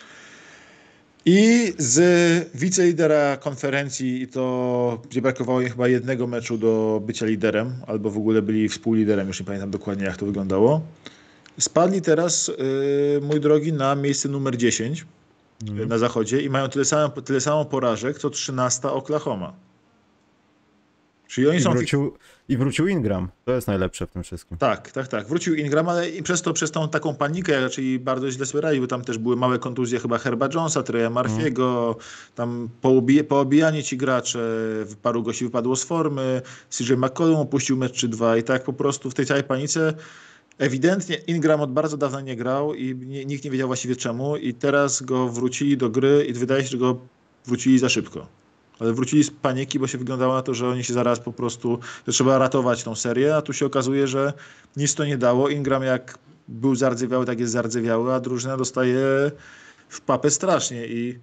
I z wicelidera konferencji, i to gdzie brakowało im chyba jednego meczu do bycia liderem, albo w ogóle byli współliderem, już nie pamiętam dokładnie, jak to wyglądało. Spadli teraz, mój drogi, na miejsce numer 10 na zachodzie i mają tyle samo porażek, co 13 Oklahoma. Czyli oni wrócił Ingram. To jest najlepsze w tym wszystkim. Tak. Wrócił Ingram, ale i przez tą taką panikę, czyli bardzo źle sobie radzi, bo tam też były małe kontuzje chyba Herba Jonesa, Treya Murphy'ego, tam poobijanie ci gracze, paru gości wypadło z formy, CJ McCollum opuścił mecz czy 2 i tak po prostu w tej całej panice ewidentnie Ingram od bardzo dawna nie grał i nikt nie wiedział właściwie czemu i teraz go wrócili do gry i wydaje się, że go wrócili za szybko. Ale wrócili z paniki, bo się wyglądało na to, że oni się zaraz po prostu, że trzeba ratować tą serię, a tu się okazuje, że nic to nie dało. Ingram jak był zardzewiały, tak jest zardzewiały, a drużyna dostaje w papę strasznie i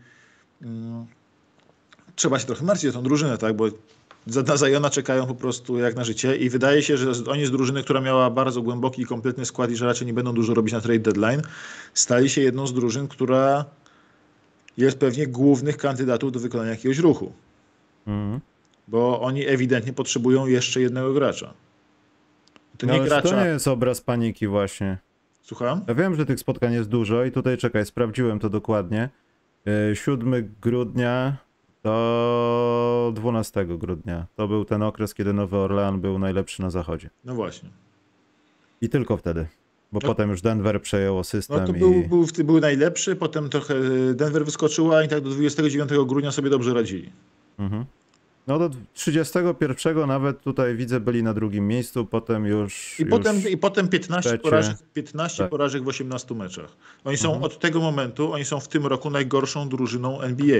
trzeba się trochę martwić o tą drużynę, tak, bo na Ziona czekają po prostu jak na życie i wydaje się, że oni z drużyny, która miała bardzo głęboki i kompletny skład i że raczej nie będą dużo robić na trade deadline, stali się jedną z drużyn, która jest pewnie głównych kandydatów do wykonania jakiegoś ruchu. Mhm. Bo oni ewidentnie potrzebują jeszcze jednego gracza. To No nie ale czy to gracza. nie jest obraz paniki właśnie? Słucham? Ja wiem, że tych spotkań jest dużo i tutaj czekaj, sprawdziłem to dokładnie. 7 grudnia do 12 grudnia. To był ten okres, kiedy Nowy Orlean był najlepszy na zachodzie. No właśnie. I tylko wtedy. Bo No, potem już Denver przejęło no system to i... był najlepszy, potem trochę Denver wyskoczyła i tak do 29 grudnia sobie dobrze radzili. Mhm. No do 31 nawet tutaj widzę byli na drugim miejscu, potem już... I potem 15 trzecie. porażek, 15 Tak. porażek w 18 meczach. Oni są Mhm. od tego momentu, oni są w tym roku najgorszą drużyną NBA.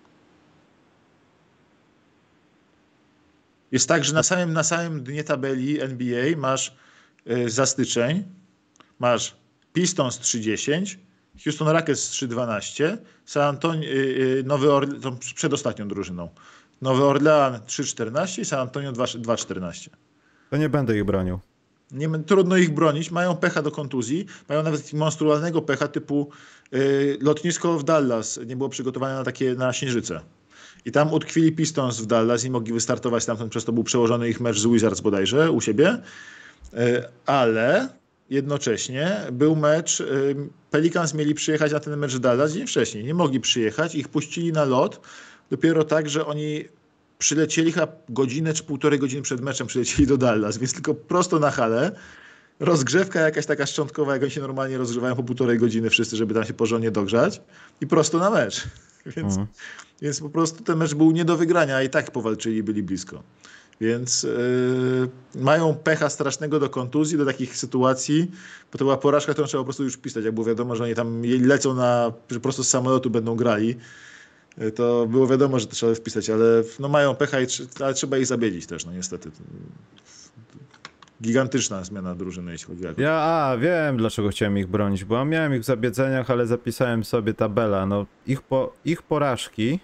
Jest tak, że na samym dnie tabeli NBA masz za styczeń, masz Pistons 3-10, Houston Rockets 3-12, San Antonio, Nowy Orlean, tą przedostatnią drużyną. Nowy Orlean 3-14 i San Antonio 2-14. To nie będę ich bronił. Trudno ich bronić, mają pecha do kontuzji, mają nawet monstrualnego pecha typu lotnisko w Dallas nie było przygotowane na Śnieżycę. I tam utkwili Pistons w Dallas i mogli wystartować stamtąd, przez to był przełożony ich mecz z Wizards bodajże u siebie, ale jednocześnie był mecz, Pelicans mieli przyjechać na ten mecz w Dallas dzień wcześniej, nie mogli przyjechać, ich puścili na lot dopiero tak, że oni przylecieli chyba godzinę czy półtorej godziny przed meczem przylecieli do Dallas, więc tylko prosto na halę, rozgrzewka jakaś taka szczątkowa, jak oni się normalnie rozgrzewają po półtorej godziny wszyscy, żeby tam się porządnie dogrzać i prosto na mecz. Więc po prostu ten mecz był nie do wygrania, a i tak powalczyli, byli blisko. Więc mają pecha strasznego do kontuzji, do takich sytuacji, bo to była porażka, którą trzeba po prostu już pisać. Jak było wiadomo, że oni tam lecą że prosto z samolotu będą grali, to było wiadomo, że to trzeba wpisać, ale no mają pecha, ale trzeba ich zabielić też, no niestety. Gigantyczna zmiana drużyny, jeśli chodzi o jakość. Wiem, dlaczego chciałem ich bronić, bo miałem ich w zabiedzeniach, ale zapisałem sobie tabela. No, ich porażki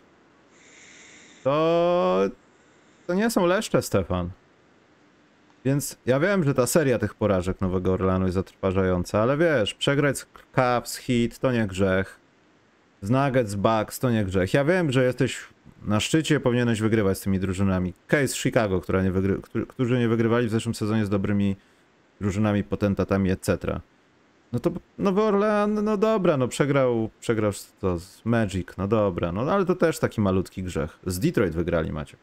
to nie są leszcze, Stefan. Więc ja wiem, że ta seria tych porażek Nowego Orleanu jest zatrważająca, ale wiesz, przegrać z Cavs, Heat to nie grzech. Z Nuggets, Bucks to nie grzech. Ja wiem, że jesteś na szczycie, powinieneś wygrywać z tymi drużynami. Case Chicago, którzy nie wygrywali w zeszłym sezonie z dobrymi drużynami, potentatami, etc. No to Nowy Orlean, no dobra, no przegrał to z Magic, no dobra, no ale to też taki malutki grzech. Z Detroit wygrali, Maciek.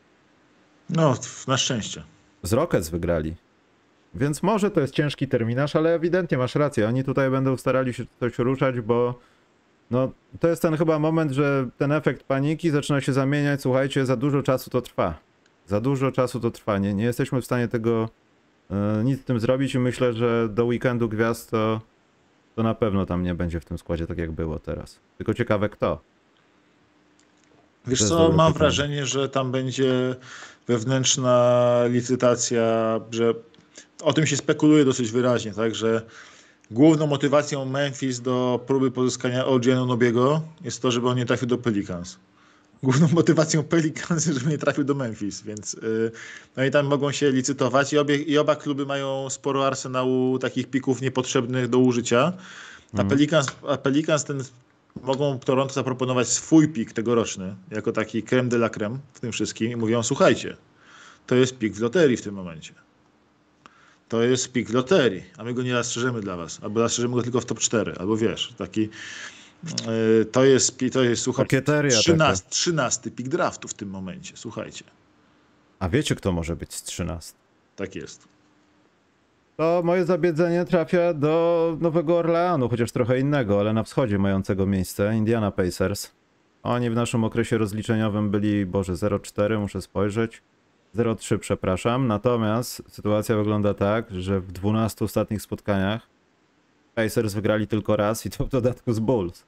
No, na szczęście. Z Rockets wygrali. Więc może to jest ciężki terminarz, ale ewidentnie masz rację. Oni tutaj będą starali się coś ruszać, bo no to jest ten chyba moment, że ten efekt paniki zaczyna się zamieniać. Słuchajcie, za dużo czasu to trwa. Za dużo czasu to trwa. Nie jesteśmy w stanie tego nic z tym zrobić i myślę, że do weekendu gwiazd to na pewno tam nie będzie w tym składzie tak jak było teraz. Tylko ciekawe kto. Wiesz To jest co, dobre mam pytanie. wrażenie, że tam będzie wewnętrzna licytacja, że o tym się spekuluje dosyć wyraźnie, tak, że główną motywacją Memphis do próby pozyskania OG Anunobiego jest to, żeby on nie trafił do Pelicans. Główną motywacją Pelicans jest, żeby nie trafił do Memphis, więc no i tam mogą się licytować i oba kluby mają sporo arsenału takich pików niepotrzebnych do użycia. A Pelicans mogą Toronto zaproponować swój pik tegoroczny, jako taki creme de la creme w tym wszystkim i mówią, słuchajcie, to jest pik w loterii w tym momencie. To jest pik w loterii, a my go nie zastrzeżemy dla was, albo zastrzeżemy go tylko w top 4, albo wiesz, taki to jest słuchaj, Kokieteria 13 pik draftu w tym momencie, słuchajcie. A wiecie kto może być z 13? Tak jest. To moje zabiedzenie trafia do Nowego Orleanu, chociaż trochę innego, ale na wschodzie mającego miejsce, Indiana Pacers. Oni w naszym okresie rozliczeniowym byli, 0,4, muszę spojrzeć. 0,3, przepraszam. Natomiast sytuacja wygląda tak, że w 12 ostatnich spotkaniach Pacers wygrali tylko raz i to w dodatku z Bulls.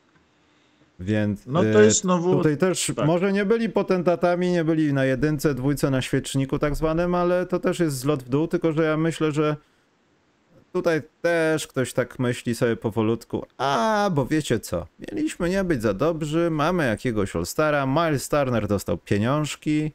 Więc No to jest znowu... tutaj też tak. może nie byli potentatami, nie byli na jedynce, dwójce, na świeczniku tak zwanym, ale to też jest zlot w dół, tylko że ja myślę, że tutaj też ktoś tak myśli sobie powolutku, bo wiecie co, mieliśmy nie być za dobrzy, mamy jakiegoś All-Stara, Miles Turner dostał pieniążki,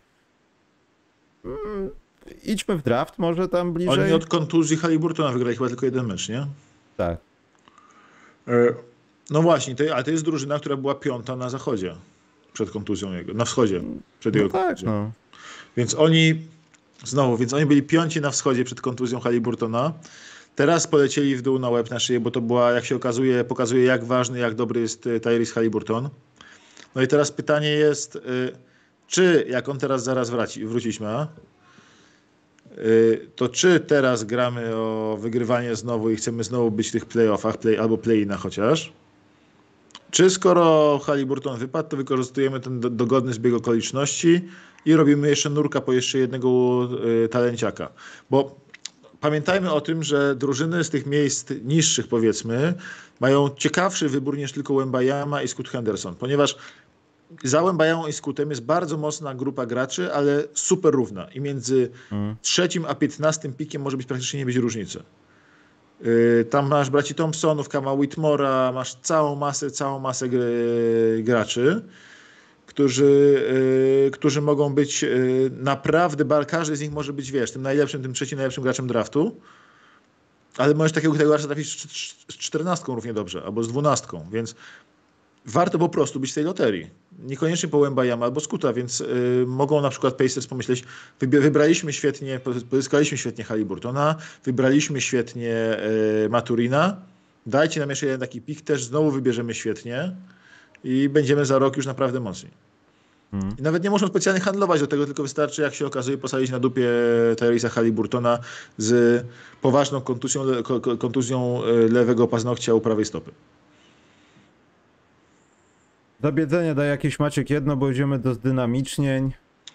idźmy w draft może tam bliżej. Oni od kontuzji Haliburtona wygrali chyba tylko jeden mecz, nie? Tak. No właśnie, ale to jest drużyna, która była piąta na zachodzie przed kontuzją jego, na wschodzie przed No jego tak, kontuzją. no. Więc oni byli piąci na wschodzie przed kontuzją Haliburtona. Teraz polecieli w dół na łeb na szyję, bo to była, jak się okazuje, pokazuje jak ważny, jak dobry jest Tyrese Haliburton. No i teraz pytanie jest, czy jak on teraz zaraz wróciliśmy, to czy teraz gramy o wygrywanie znowu i chcemy znowu być w tych playoffach, albo play-inach chociaż, czy skoro Haliburton wypadł, to wykorzystujemy ten dogodny zbieg okoliczności i robimy jeszcze nurka po jeszcze jednego talenciaka. Bo pamiętajmy o tym, że drużyny z tych miejsc niższych, powiedzmy, mają ciekawszy wybór niż tylko Wembanyama i Scoot Henderson, ponieważ za Wembanyamą i Scootem jest bardzo mocna grupa graczy, ale super równa. I między trzecim a 15 pikiem może być praktycznie nie być różnicy. Tam masz braci Thompsonów, Kama Whitmora, masz całą masę graczy, którzy mogą być naprawdę, każdy z nich może być, wiesz, tym najlepszym, tym trzecim najlepszym graczem draftu, ale możesz takiego gracza trafić z 14 równie dobrze, albo z 12, więc warto po prostu być w tej loterii. Niekoniecznie po Wembanyama albo Scoota, więc mogą na przykład Pacers pomyśleć, wybraliśmy świetnie, pozyskaliśmy świetnie Haliburtona, wybraliśmy świetnie Maturina, dajcie nam jeszcze jeden taki pik, też znowu wybierzemy świetnie i będziemy za rok już naprawdę mocni. I nawet nie muszą specjalnie handlować do tego, tylko wystarczy, jak się okazuje, posadzić na dupie Tyrese'a Haliburtona z poważną kontuzją lewego paznokcia u prawej stopy. Zabiedzenie daj jakieś, Maciek, jedno, bo idziemy do zdynamicznień.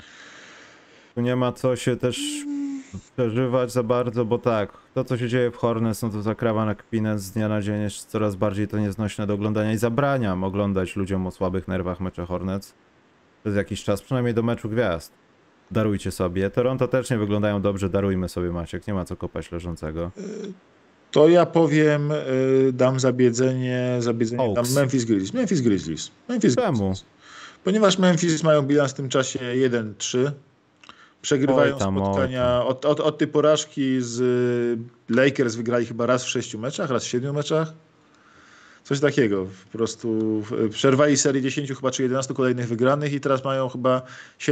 Tu nie ma co się też przeżywać za bardzo, bo tak, to co się dzieje w Hornets, no to zakrawa na kpinę, z dnia na dzień jest coraz bardziej to nieznośne do oglądania i zabraniam oglądać ludziom o słabych nerwach mecze Hornets przez jakiś czas, przynajmniej do meczu gwiazd. Darujcie sobie. Toronto też nie wyglądają dobrze, darujmy sobie, Maciek, nie ma co kopać leżącego. To ja powiem, dam zabiedzenie dam Memphis Grizzlies. Czemu? Ponieważ Memphis mają bilans w tym czasie 1-3. Przegrywają spotkania. Od tej porażki z Lakers wygrali chyba raz w 6 meczach, raz w 7 meczach. Coś takiego. Po prostu przerwali serię 10 chyba czy 11 kolejnych wygranych i teraz mają chyba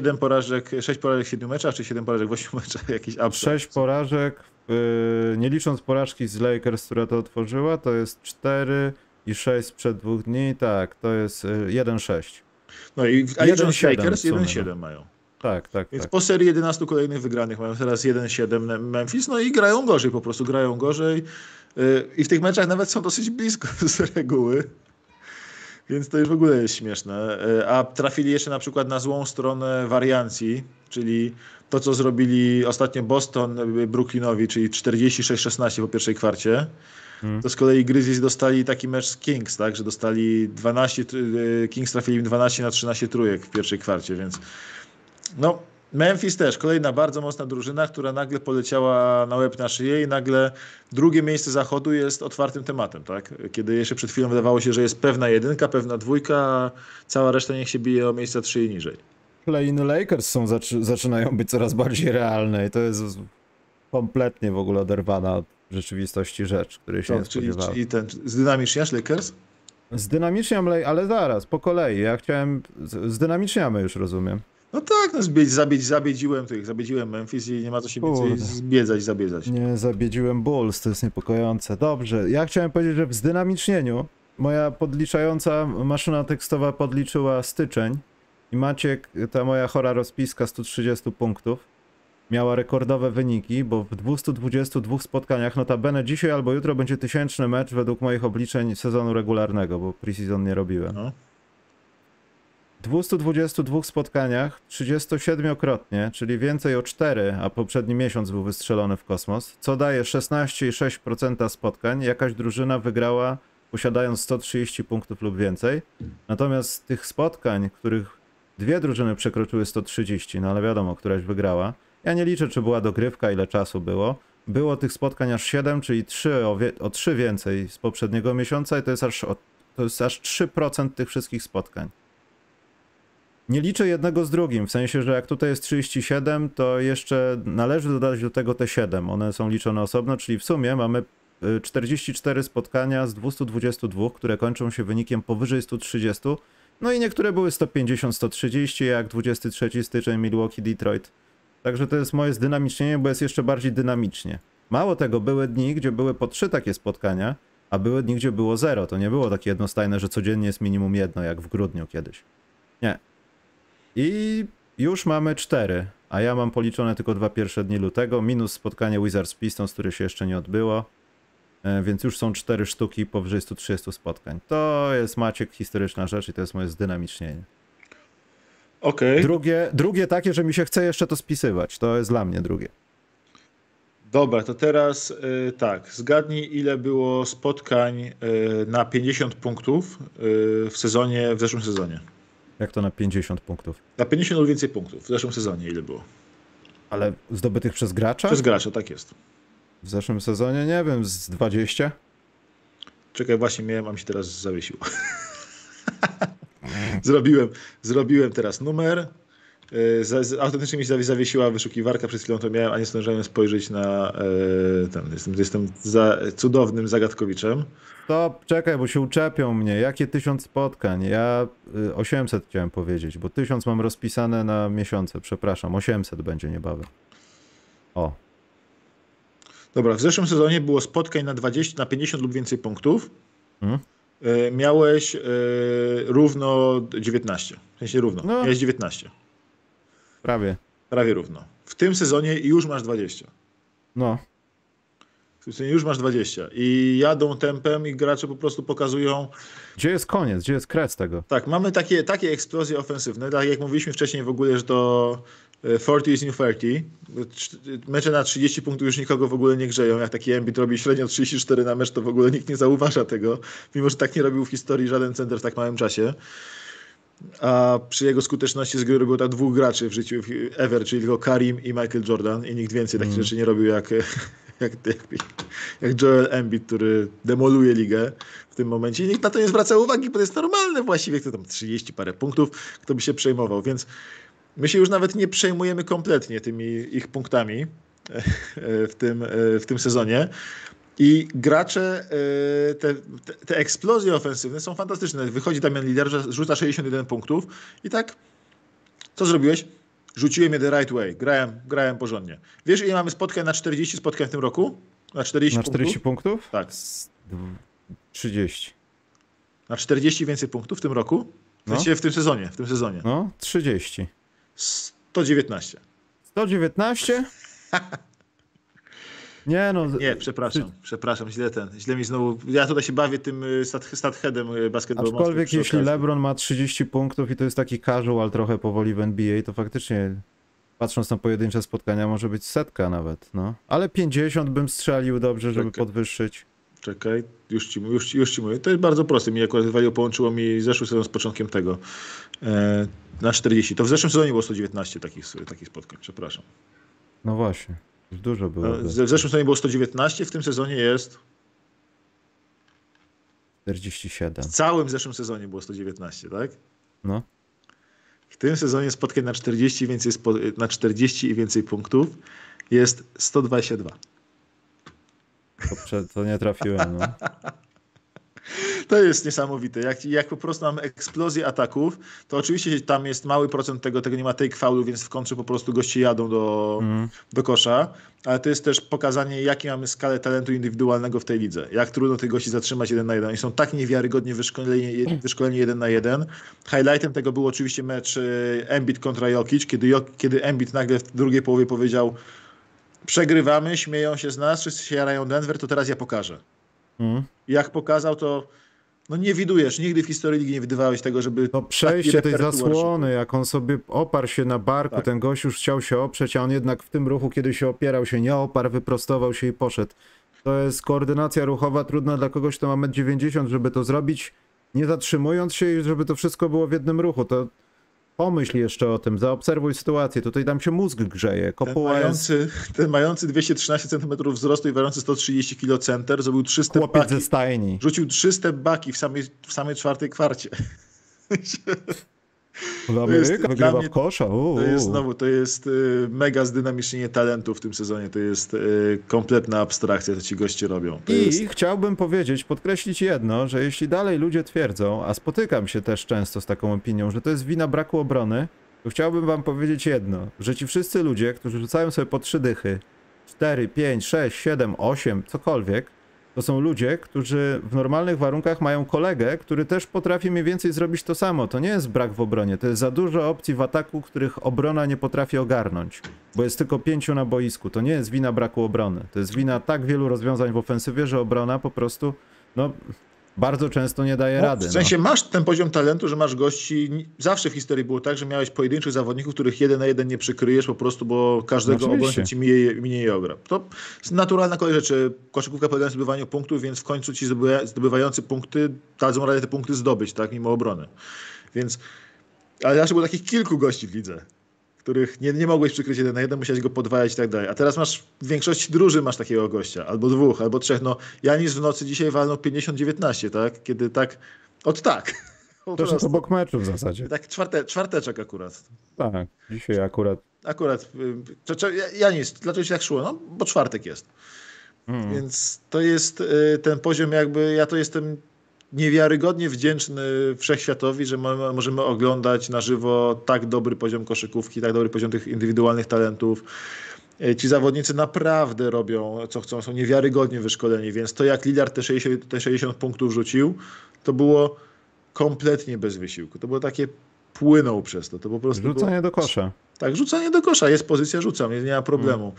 6 porażek w 7 meczach, czy 7 porażek w 8 meczach. Jakiś absurd. 6 porażek, nie licząc porażki z Lakers, która to otworzyła, to jest 4 i 6 sprzed 2 dni, tak, to jest 1-6. No i a 1-7 Lakers, 1-7 mają. Tak. Więc po serii 11 kolejnych wygranych mają teraz 1-7 Memphis, no i grają gorzej, po prostu grają gorzej. I w tych meczach nawet są dosyć blisko z reguły. Więc to już w ogóle jest śmieszne. A trafili jeszcze na przykład na złą stronę wariancji, czyli to, co zrobili ostatnio Boston Brooklynowi, czyli 46-16 po pierwszej kwarcie. To z kolei Grizzlies dostali taki mecz z Kings, tak, że dostali 12, Kings trafili im 12 na 13 trójek w pierwszej kwarcie, więc no, Memphis też, kolejna bardzo mocna drużyna, która nagle poleciała na łeb na szyję i nagle drugie miejsce zachodu jest otwartym tematem, tak? Kiedy jeszcze przed chwilą wydawało się, że jest pewna jedynka, pewna dwójka, a cała reszta niech się bije o miejsca 3 i niżej. Play-in Lakers zaczynają być coraz bardziej realne i to jest kompletnie w ogóle oderwana od rzeczywistości rzecz, której się nie spodziewałem. Czyli zdynamiczniasz Lakers? Zdynamiczniam, ale zaraz, po kolei. Ja chciałem... Zdynamiczniamy już, rozumiem. No tak, no zabiedziłem Memphis i nie ma co się więcej zabiedzać. Nie, zabiedziłem Bulls, to jest niepokojące. Dobrze, ja chciałem powiedzieć, że w zdynamicznieniu moja podliczająca maszyna tekstowa podliczyła styczeń i Maciek, ta moja chora rozpiska 130 punktów, miała rekordowe wyniki, bo w 222 spotkaniach, notabene dzisiaj albo jutro będzie 1000 mecz według moich obliczeń sezonu regularnego, bo preseason nie robiłem. No. 222 spotkaniach 37-krotnie, czyli więcej o 4, a poprzedni miesiąc był wystrzelony w kosmos, co daje 16,6% spotkań. Jakaś drużyna wygrała posiadając 130 punktów lub więcej. Natomiast z tych spotkań, których dwie drużyny przekroczyły 130, no ale wiadomo, któraś wygrała. Ja nie liczę, czy była dogrywka, ile czasu było. Było tych spotkań aż 7, czyli 3 o 3 więcej z poprzedniego miesiąca i to jest aż 3% tych wszystkich spotkań. Nie liczę jednego z drugim, w sensie, że jak tutaj jest 37, to jeszcze należy dodać do tego te 7. One są liczone osobno, czyli w sumie mamy 44 spotkania z 222, które kończą się wynikiem powyżej 130. No i niektóre były 150-130, jak 23 styczeń Milwaukee-Detroit. Także to jest moje zdynamicznienie, bo jest jeszcze bardziej dynamicznie. Mało tego, były dni, gdzie były po 3 takie spotkania, a były dni, gdzie było 0. To nie było takie jednostajne, że codziennie jest minimum 1, jak w grudniu kiedyś. Nie. I już mamy 4, a ja mam policzone tylko 2 pierwsze dni lutego, minus spotkanie Wizards Pistons, które się jeszcze nie odbyło. Więc już są 4 sztuki powyżej 130 spotkań. To jest, Maciek, historyczna rzecz i to jest moje zdynamicznienie. Okej. Drugie takie, że mi się chce jeszcze to spisywać. To jest dla mnie drugie. Dobra, to teraz tak, zgadnij ile było spotkań na 50 punktów w zeszłym sezonie. Jak to na 50 punktów? Na 50 lub więcej punktów w zeszłym sezonie ile było? Ale zdobytych przez gracza? Przez gracza, tak jest. W zeszłym sezonie, nie wiem, z 20? Czekaj, właśnie miałem, a mi się teraz zawiesiło. Zrobiłem teraz numer. Autentycznie mi się zawiesiła wyszukiwarka, przed chwilą to miałem, a nie zdążyłem spojrzeć na ten. Jestem cudownym zagadkowiczem. Stop, czekaj, bo się uczepią mnie. Jakie 1000 spotkań? Ja 800 chciałem powiedzieć, bo 1000 mam rozpisane na miesiące. Przepraszam, 800 będzie niebawem. O. Dobra, w zeszłym sezonie było spotkań na 20, na 50 lub więcej punktów. Hmm? Miałeś równo 19. W sensie równo. No. Miałeś 19. Prawie. Prawie równo. W tym sezonie już masz 20. No. W tym sezonie już masz 20. I jadą tempem i gracze po prostu pokazują... Gdzie jest koniec? Gdzie jest kres tego? Tak, mamy takie eksplozje ofensywne. Tak jak mówiliśmy wcześniej w ogóle, że to 40 is new 30. Mecze na 30 punktów już nikogo w ogóle nie grzeją. Jak taki Embiid robi średnio 34 na mecz, to w ogóle nikt nie zauważa tego. Mimo że tak nie robił w historii żaden center w tak małym czasie. A przy jego skuteczności z gry robiło tak 2 graczy w życiu ever, czyli tylko Karim i Michael Jordan i nikt więcej takich rzeczy nie robił jak Joel Embiid, który demoluje ligę w tym momencie. I nikt na to nie zwraca uwagi, bo to jest normalne właściwie, kto tam 30 parę punktów, kto by się przejmował, więc my się już nawet nie przejmujemy kompletnie tymi ich punktami w tym sezonie. I gracze, te eksplozje ofensywne są fantastyczne. Wychodzi Damian Lillard, rzuca 61 punktów i tak, co zrobiłeś? Rzuciłem je the right way. Grałem porządnie. Wiesz, ile mamy spotkań na 40 spotkań w tym roku? Na 40 Na 40 punktów? Tak. 30. Na 40 więcej punktów w tym roku? W sensie w tym sezonie. No, 30. 119. 119? Nie no. Nie, przepraszam, źle mi znowu, ja tutaj się bawię tym statheadem basketballowym. Aczkolwiek jeśli LeBron ma 30 punktów i to jest taki casual trochę powoli w NBA, to faktycznie patrząc na pojedyncze spotkania może być 100 nawet, no. Ale 50 bym strzelił dobrze, żeby podwyższyć. Czekaj, już ci mówię. To jest bardzo proste. Mi akurat połączyło mi zeszły sezon z początkiem tego. Na 40. To w zeszłym sezonie było 119 takich spotkań, przepraszam. No właśnie. Już dużo było. W zeszłym sezonie było 119, w tym sezonie jest 47. W całym zeszłym sezonie było 119, tak? No. W tym sezonie spotkań na 40 i więcej punktów jest 122. To nie trafiłem, no. To jest niesamowite. Jak po prostu mamy eksplozję ataków, to oczywiście tam jest mały procent tego nie ma take foulu, więc w kontrze po prostu goście jadą do kosza, ale to jest też pokazanie, jaką mamy skalę talentu indywidualnego w tej lidze. Jak trudno tych gości zatrzymać 1 na 1. Oni są tak niewiarygodnie wyszkoleni 1 na 1. Highlightem tego był oczywiście mecz Embiid kontra Jokic, kiedy Embiid nagle w drugiej połowie powiedział: przegrywamy, śmieją się z nas, wszyscy się jarają Denver, to teraz ja pokażę. Jak pokazał, to no nie widujesz, nigdy w historii ligi nie widywałeś tego, żeby... To przejście tej zasłony, jak on sobie oparł się na barku, tak. Ten gość już chciał się oprzeć, a on jednak w tym ruchu, kiedy się opierał, się nie oparł, wyprostował się i poszedł. To jest koordynacja ruchowa trudna dla kogoś, kto ma 1,90 m, żeby to zrobić, nie zatrzymując się i żeby to wszystko było w jednym ruchu. To pomyśl jeszcze o tym, zaobserwuj sytuację, tutaj tam się mózg grzeje. Ten mający 213 cm wzrostu i ważący 130 kg center zrobił 300 chłopiec ze stajni. Rzucił 300 baki w samej czwartej kwarcie. Ameryka wygrywa mnie w kosza. to jest mega zdynamicznienie talentu w tym sezonie. To jest kompletna abstrakcja, co ci goście robią. Chciałbym powiedzieć, podkreślić jedno, że jeśli dalej ludzie twierdzą, a spotykam się też często z taką opinią, że to jest wina braku obrony, to chciałbym wam powiedzieć jedno, że ci wszyscy ludzie, którzy rzucają sobie po 3 dychy, 4, 5, 6, 7, 8, cokolwiek, to są ludzie, którzy w normalnych warunkach mają kolegę, który też potrafi mniej więcej zrobić to samo. To nie jest brak w obronie, to jest za dużo opcji w ataku, których obrona nie potrafi ogarnąć, bo jest tylko 5 na boisku. To nie jest wina braku obrony, to jest wina tak wielu rozwiązań w ofensywie, że obrona po prostu, bardzo często nie daje rady. W sensie masz ten poziom talentu, że masz gości, zawsze w historii było tak, że miałeś pojedynczych zawodników, których 1 na 1 nie przykryjesz po prostu, bo każdego obrońcy ci minie i ogra. To jest naturalna kolej rzeczy. Koszykówka polega na zdobywaniu punktów, więc w końcu ci zdobywający punkty dadzą radę te punkty zdobyć, tak, mimo obrony. Więc, ale zawsze było takich kilku gości w lidze, których nie mogłeś przykryć 1 na 1, musiałeś go podwajać i tak dalej. A teraz masz w większości drużyn masz takiego gościa, albo 2, albo 3. Janis w nocy dzisiaj walnął 50-19, tak? Kiedy tak, tak. To jest obok meczu w zasadzie. Tak, czwarteczek akurat. Tak, dzisiaj akurat. Janis, dlaczego się tak szło? No, bo czwartek jest. Więc to jest ten poziom jakby, ja to jestem niewiarygodnie wdzięczny wszechświatowi, że możemy oglądać na żywo tak dobry poziom koszykówki, tak dobry poziom tych indywidualnych talentów. Ci zawodnicy naprawdę robią co chcą, są niewiarygodnie wyszkoleni, więc to jak Lillard te 60 punktów rzucił, to było kompletnie bez wysiłku. To było takie, płynął przez to. To po prostu rzucanie do kosza. Tak, rzucanie do kosza. Jest pozycja, rzucam, nie ma problemu.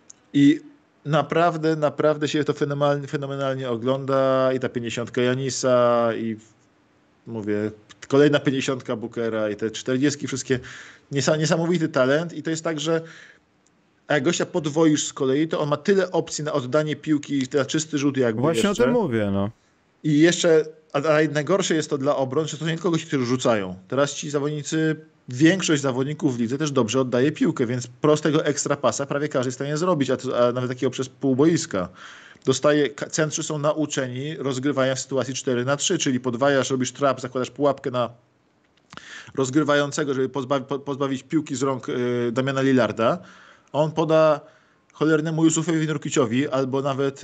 I naprawdę się to fenomenalnie ogląda i ta 50 Janisa i mówię, kolejna 50 Bookera i te 40 wszystkie. Niesamowity talent i to jest tak, że jak gościa podwoisz z kolei, to on ma tyle opcji na oddanie piłki, na czysty rzut jakby właśnie jeszcze. O tym mówię, no. I jeszcze, a najgorsze jest to dla obron, że to nie tylko gości, którzy rzucają. Teraz ci zawodnicy, większość zawodników w lidze też dobrze oddaje piłkę, więc prostego ekstra pasa prawie każdy jest w stanie zrobić, a nawet takiego przez pół boiska. Centrzy są nauczeni rozgrywania w sytuacji 4-3, czyli podwajasz, robisz trap, zakładasz pułapkę na rozgrywającego, żeby pozbawić piłki z rąk Damiana Lillarda. On poda cholernemu Yusufowi Nurkiciowi albo nawet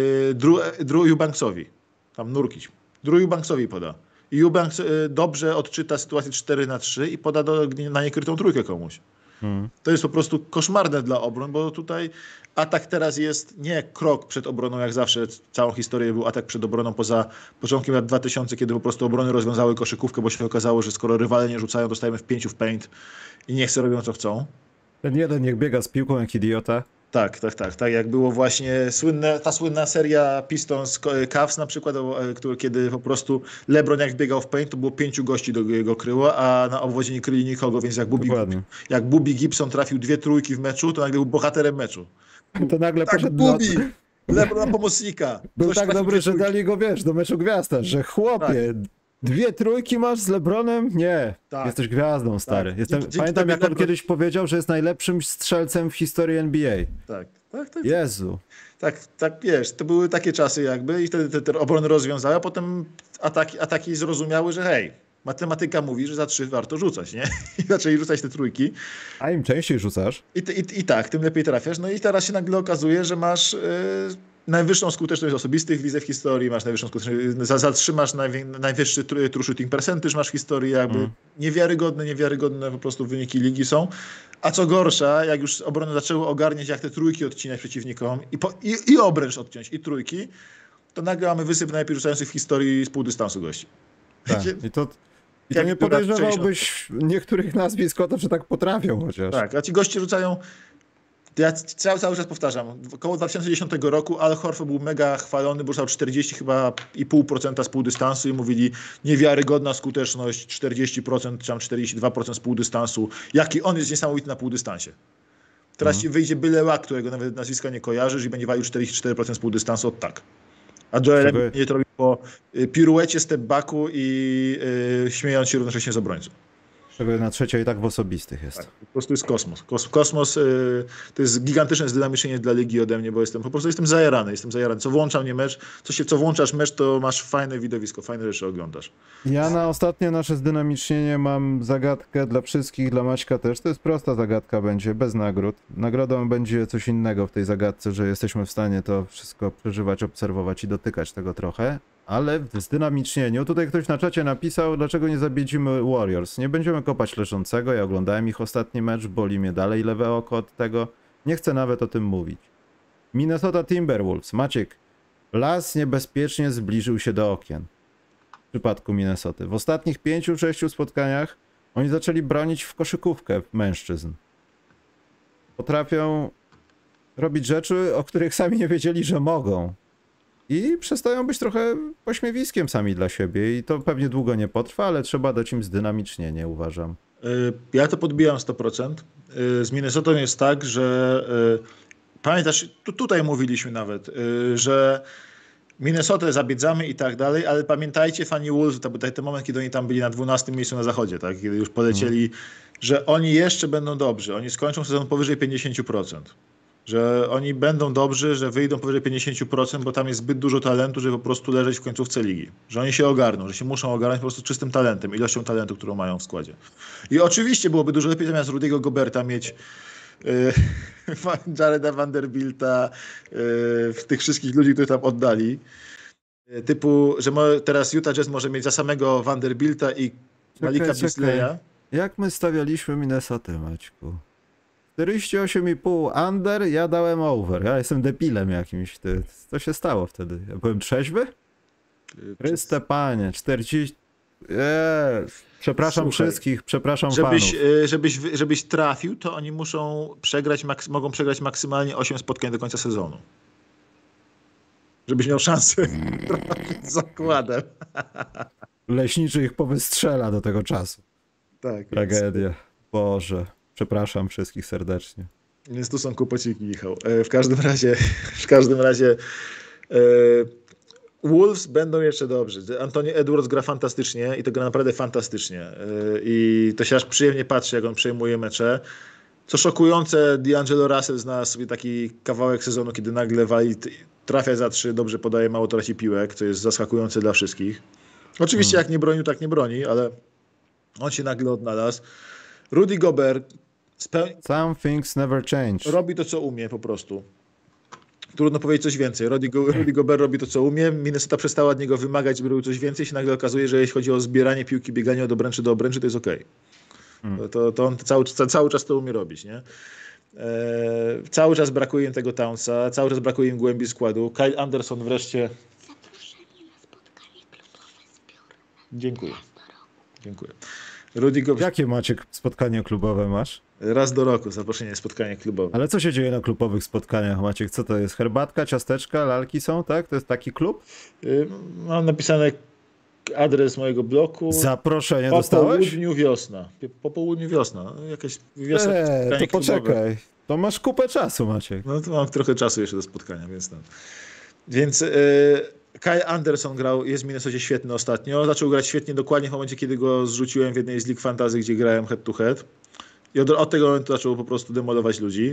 Drew Eubanksowi. Tam Nurkic. Drew Eubanksowi poda. I Eubanks dobrze odczyta sytuację 4-3 i poda na niekrytą trójkę komuś. To jest po prostu koszmarne dla obron, bo tutaj atak teraz jest nie krok przed obroną, jak zawsze całą historię był atak przed obroną poza początkiem lat 2000, kiedy po prostu obrony rozwiązały koszykówkę, bo się okazało, że skoro rywale nie rzucają, dostajemy w 5 w paint i niech sobie robią co chcą. Ten jeden niech biega z piłką jak idiota. Tak, jak było właśnie ta słynna seria Pistons Cavs na przykład, kiedy po prostu LeBron jak biegał w paint, to było 5 gości do jego kryło, a na obwodzie nie kryli nikogo, więc jak Bobby Gibson trafił 2 trójki w meczu, to nagle był bohaterem meczu. To nagle tak, poszedł LeBron na pomocnika. Był tak dobry, że dali go, do meczu gwiazda, że chłopie, 2 trójki masz z LeBronem? Nie. Tak. Jesteś gwiazdą, stary. Tak. Pamiętam, jak on kiedyś powiedział, że jest najlepszym strzelcem w historii NBA. Tak. Jezu. Tak, wiesz, to były takie czasy jakby i wtedy te obrony rozwiązały, a potem ataki zrozumiały, że hej, matematyka mówi, że za 3 warto rzucać, nie? I zaczęli rzucać te trójki. A im częściej rzucasz? I tak, tym lepiej trafiasz. No i teraz się nagle okazuje, że masz najwyższą skuteczność osobistych widzę w historii, masz najwyższą skuteczność, zatrzymasz najwyższy true shooting percentage masz w historii, jakby niewiarygodne po prostu wyniki ligi są. A co gorsza, jak już obrony zaczęły ogarniać, jak te trójki odcinać przeciwnikom i obręcz odciąć, i trójki, to nagle mamy wysyp najlepiej rzucających w historii z pół dystansu gości. Tak. I to nie podejrzewałbyś niektórych nazwisk o to, że tak potrafią chociaż. Tak, a ci goście rzucają. Ja cały czas powtarzam, około 2010 roku Al Horford był mega chwalony, bo rzucał 40 chyba i 0,5% z pół dystansu i mówili niewiarygodna skuteczność, 40% czy tam 42% z pół dystansu. Jaki on jest niesamowity na pół dystansie. Teraz ci wyjdzie byle łak, którego nawet nazwiska nie kojarzysz i będzie walił 44% z pół dystansu od tak. A Joel nie to robi po piruecie, step backu i śmiejąc się równocześnie z obrońcą. Tego na trzecie i tak w osobistych jest. Tak, po prostu jest kosmos. Kosmos to jest gigantyczne zdynamicznienie dla ligi ode mnie, bo po prostu jestem zajarany. Co włączam nie mecz, co włączasz mecz, to masz fajne widowisko, fajne rzeczy oglądasz. Ja na ostatnie nasze zdynamicznienie mam zagadkę dla wszystkich, dla Maćka też. To jest prosta zagadka będzie, bez nagród. Nagrodą będzie coś innego w tej zagadce, że jesteśmy w stanie to wszystko przeżywać, obserwować i dotykać tego trochę. Ale w zdynamicznieniu, tutaj ktoś na czacie napisał, dlaczego nie zabiedzimy Warriors. Nie będziemy kopać leżącego, ja oglądałem ich ostatni mecz, boli mnie dalej lewe oko od tego. Nie chcę nawet o tym mówić. Minnesota Timberwolves, Maciek. Las niebezpiecznie zbliżył się do okien. W przypadku Minnesoty. W ostatnich 5-6 spotkaniach oni zaczęli bronić w koszykówkę mężczyzn. Potrafią robić rzeczy, o których sami nie wiedzieli, że mogą. I przestają być trochę pośmiewiskiem sami dla siebie i to pewnie długo nie potrwa, ale trzeba dać im zdynamicznienie, uważam. Ja to podbijam 100%. Z Minnesotą jest tak, że pamiętasz, tutaj mówiliśmy nawet, że Minnesotę zabiedzamy i tak dalej, ale pamiętajcie, fani Wolves, to był ten moment, kiedy oni tam byli na 12 miejscu na zachodzie, tak? Kiedy już polecieli, że oni jeszcze będą dobrzy. Oni skończą sezon powyżej 50%. Że oni będą dobrzy, że wyjdą powyżej 50%, bo tam jest zbyt dużo talentu, żeby po prostu leżeć w końcówce ligi. Że oni się ogarną, że się muszą ogarnąć po prostu czystym talentem, ilością talentu, którą mają w składzie. I oczywiście byłoby dużo lepiej zamiast Rudy'ego Goberta mieć Jareda Vanderbilta, tych wszystkich ludzi, których tam oddali. Typu, że teraz Utah Jazz może mieć za samego Vanderbilta i Malika Bisleya. Jak my stawialiśmy Minnesotę, Maćku? 48,5 under, ja dałem over. Ja jestem debilem jakimś. Co się stało wtedy? Ja byłem trzeźwy? Chryste panie, 40... Przepraszam wszystkich, przepraszam fanów. Żebyś trafił, to oni mogą przegrać maksymalnie 8 spotkań do końca sezonu. Żebyś miał szansę z zakładem. Leśniczy ich powystrzela do tego czasu. Tak. Tragedia. Boże. Przepraszam wszystkich serdecznie. Więc tu są kłopociki, Michał. W każdym razie Wolves będą jeszcze dobrzy. Anthony Edwards gra fantastycznie i to gra naprawdę fantastycznie. I to się aż przyjemnie patrzy, jak on przejmuje mecze. Co szokujące, D'Angelo Russell znalazł sobie taki kawałek sezonu, kiedy nagle trafia za 3, dobrze podaje, mało traci piłek, co jest zaskakujące dla wszystkich. Oczywiście jak nie bronił, tak nie broni, ale on się nagle odnalazł. Rudy Gobert Some things never change. robi to, co umie po prostu. Trudno powiedzieć coś więcej. Rudy Gobert robi to, co umie. Minnesota przestała od niego wymagać, żeby robił coś więcej. Się nagle okazuje, że jeśli chodzi o zbieranie piłki, bieganie od obręczy do obręczy, to jest okej. To on cały czas to umie robić, nie? Cały czas brakuje im tego Townsa, cały czas brakuje im głębi składu. Kyle Anderson wreszcie... Dziękuję. Jakie Maciek spotkanie klubowe masz? Raz do roku zaproszenie na spotkanie klubowe. Ale co się dzieje na klubowych spotkaniach, Maciek? Co to jest? Herbatka, ciasteczka, lalki są, tak? To jest taki klub? Mam napisane adres mojego bloku. Zaproszenie dostałeś? Po południu wiosna. Jakieś wiosenne to poczekaj. Klubowe. To masz kupę czasu, Maciek. No to mam trochę czasu jeszcze do spotkania, więc tam. Więc Kyle Anderson jest w Minnesocie świetny ostatnio. Zaczął grać świetnie dokładnie w momencie, kiedy go zrzuciłem w jednej z lig fantasy, gdzie grałem head to head. I od tego momentu zaczął po prostu demolować ludzi.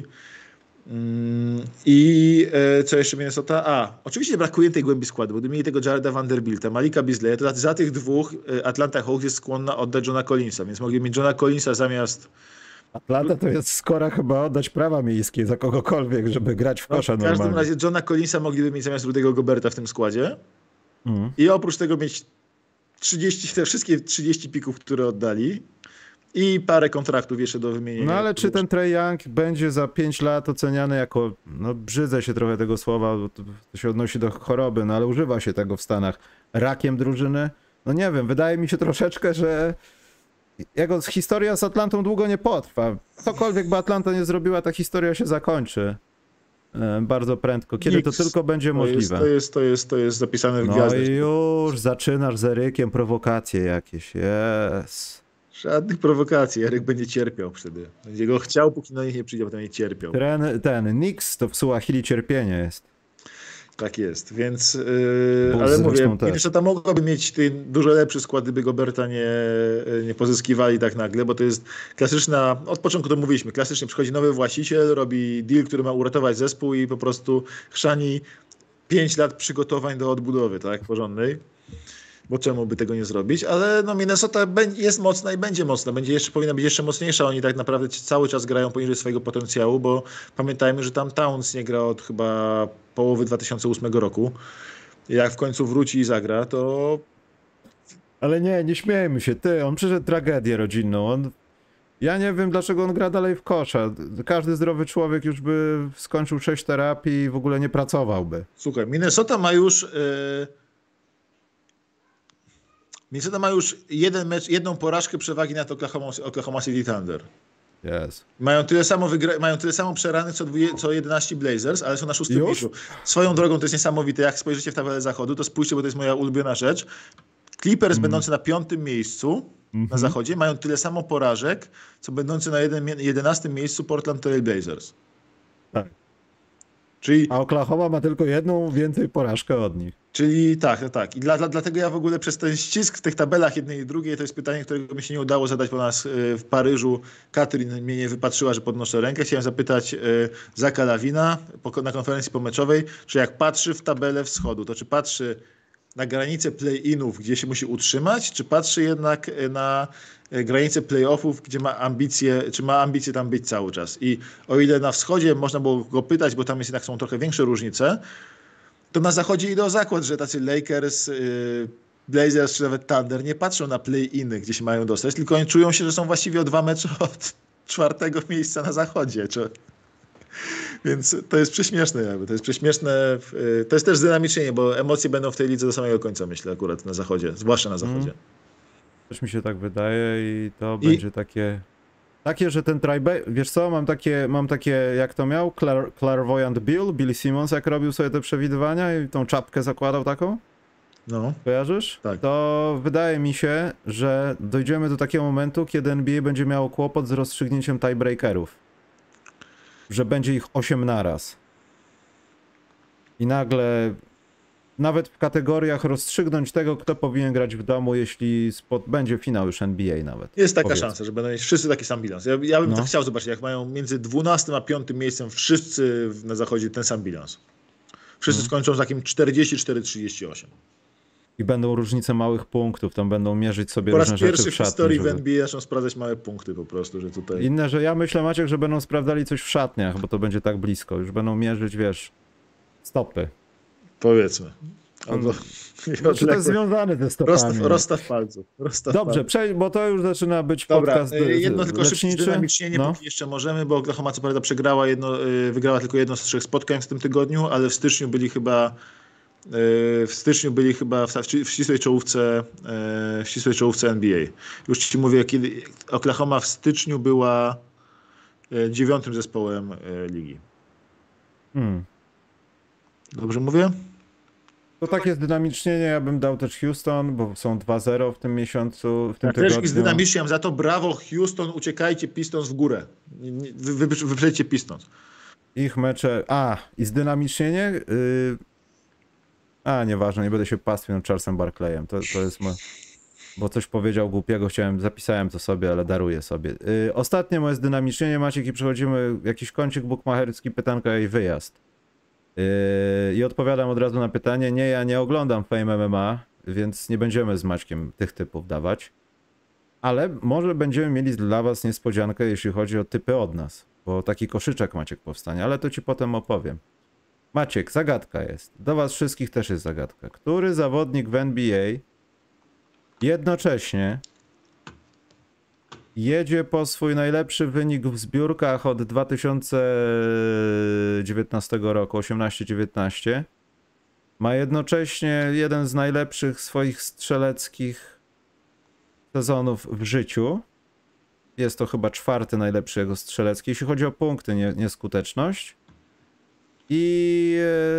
I co jeszcze Minnesota? Oczywiście brakuje tej głębi składu, bo gdyby mieli tego Jareda Vanderbilta, Malika Bisleya, to za tych dwóch Atlanta Hawks jest skłonna oddać Johna Collinsa, więc mogli mieć Johna Collinsa zamiast... Atlanta to jest skora chyba oddać prawa miejskie za kogokolwiek, żeby grać w kosza normalnie. W każdym razie Johna Collinsa mogliby mieć zamiast Rudy'ego Goberta w tym składzie. I oprócz tego mieć wszystkie 30 pików, które oddali. I parę kontraktów jeszcze do wymienienia. No ale czy ten Trae Young będzie za 5 lat oceniany jako, no brzydzę się trochę tego słowa, bo to się odnosi do choroby, no ale używa się tego w Stanach, rakiem drużyny? No nie wiem, wydaje mi się troszeczkę, że jego historia z Atlantą długo nie potrwa. Cokolwiek by Atlanta nie zrobiła, ta historia się zakończy bardzo prędko. Kiedy to tylko będzie możliwe. To jest zapisane w gwiazdach. No i już zaczynasz z Erykiem prowokacje jakieś. Yes. Żadnych prowokacji. Eryk będzie cierpiał wtedy. Będzie go chciał, póki na nich nie przyjdzie, potem nie cierpiał. Ten Nix to w Suahili cierpienie jest. Tak jest, więc Bulls ale mówię, zresztą też. Minnesota mogłaby mieć dużo lepszy skład, gdyby Goberta nie pozyskiwali tak nagle, bo to jest klasyczna, od początku to mówiliśmy, klasycznie przychodzi nowy właściciel, robi deal, który ma uratować zespół i po prostu chrzani 5 lat przygotowań do odbudowy, tak, porządnej. Bo czemu by tego nie zrobić? Ale no Minnesota jest mocna i będzie mocna. Powinna być jeszcze mocniejsza. Oni tak naprawdę cały czas grają poniżej swojego potencjału, bo pamiętajmy, że tam Towns nie gra od chyba połowy 2008 roku. Jak w końcu wróci i zagra, to Ale nie śmiejmy się, on przeszedł tragedię rodzinną, ja nie wiem, dlaczego on gra dalej w kosza. Każdy zdrowy człowiek już by skończył 6 terapii i w ogóle nie pracowałby. słuchaj, Minnesota ma już jeden mecz, jedną porażkę przewagi nad Oklahoma City Thunder. Yes. Mają tyle samo przeranych co 11 Blazers, ale są na 6. Już? miejscu. Swoją drogą to jest niesamowite. Jak spojrzycie w tabelę zachodu, to spójrzcie, bo to jest moja ulubiona rzecz. Clippers będący na 5. miejscu na zachodzie mają tyle samo porażek, co będący na 11. miejscu Portland Trail Blazers. Tak. Czyli, A Oklahoma ma tylko jedną więcej porażkę od nich. czyli tak. I dlatego ja w ogóle przez ten ścisk w tych tabelach jednej i drugiej, to jest pytanie, którego mi się nie udało zadać po nas w Paryżu. Katrin mnie nie wypatrzyła, że podnoszę rękę. Chciałem zapytać Zaka Lawina na konferencji pomeczowej, czy jak patrzy w tabelę wschodu, to czy patrzy na granicę play-inów, gdzie się musi utrzymać, czy patrzy jednak na granicę play-offów, gdzie ma ambicje tam być cały czas. I o ile na wschodzie można było go pytać, bo tam jednak są trochę większe różnice, to na zachodzie idę o zakład, że tacy Lakers, Blazers czy nawet Thunder nie patrzą na play-iny, gdzie się mają dostać, tylko oni czują się, że są właściwie o 2 mecze od 4. miejsca na zachodzie. Więc to jest prześmieszne jakby. To jest prześmieszne. To jest też dynamicznie, bo emocje będą w tej lidze do samego końca, myślę, akurat na zachodzie, zwłaszcza na zachodzie. Też mi się tak wydaje i to będzie takie, że ten wiesz co, mam takie, jak to miał? Clairvoyant Billy Simmons, jak robił sobie te przewidywania i tą czapkę zakładał taką? No. Kojarzysz? Tak. To wydaje mi się, że dojdziemy do takiego momentu, kiedy NBA będzie miało kłopot z rozstrzygnięciem tiebreakerów. Że będzie ich 8 naraz. I nagle nawet w kategoriach rozstrzygnąć tego, kto powinien grać w domu, jeśli będzie finał już NBA nawet. Jest taka szansa, że będą mieć wszyscy taki sam bilans. Ja bym tak chciał zobaczyć, jak mają między 12 a 5 miejscem wszyscy na zachodzie ten sam bilans. Wszyscy skończą z takim 44-38. I będą różnice małych punktów, tam będą mierzyć sobie po różne rzeczy w pierwszy w szatni. historii w NBA zaczną sprawdzać małe punkty po prostu, że tutaj... Inne, że ja myślę, Maciek, że będą sprawdzali coś w szatniach, bo to będzie tak blisko. Już będą mierzyć, wiesz, stopy. Powiedzmy. Albo... Znaczy, to jest związane ze stopami. Rozstaw palców. Dobrze, bo to już zaczyna być podcast jedno tylko szybkie leczniczy. zdynamicznienie, póki jeszcze możemy, bo Oklahoma co prawda wygrała tylko jedno z 3 spotkań w tym tygodniu, ale w styczniu byli chyba w ścisłej czołówce NBA. Już ci mówię, kiedy Oklahoma w styczniu była 9. zespołem ligi. Dobrze mówię? To takie zdynamicznienie, ja bym dał też Houston, bo są 2-0 w tym miesiącu, w tym tygodniu. Też zdynamicznie, za to brawo Houston, uciekajcie Pistons w górę. Wyprzejdźcie Pistons. Ich mecze... i zdynamicznienie... Nieważne, nie będę się pastwił nad Charlesem Barkleyem. To jest bo coś powiedział głupiego, zapisałem to sobie, ale daruję sobie. Ostatnie moje zdynamicznienie, Maciek, i przechodzimy jakiś kącik bukmacherski, pytanka i wyjazd. I odpowiadam od razu na pytanie. Nie, ja nie oglądam Fame MMA, więc nie będziemy z Maćkiem tych typów dawać. Ale może będziemy mieli dla was niespodziankę, jeśli chodzi o typy od nas. Bo taki koszyczek, Maciek, powstanie, ale to ci potem opowiem. Maciek, zagadka jest. Do was wszystkich też jest zagadka. Który zawodnik w NBA jednocześnie jedzie po swój najlepszy wynik w zbiórkach od 2019 roku, 18-19. Ma jednocześnie jeden z najlepszych swoich strzeleckich sezonów w życiu. Jest to chyba 4. najlepszy jego strzelecki, jeśli chodzi o punkty, nieskuteczność. I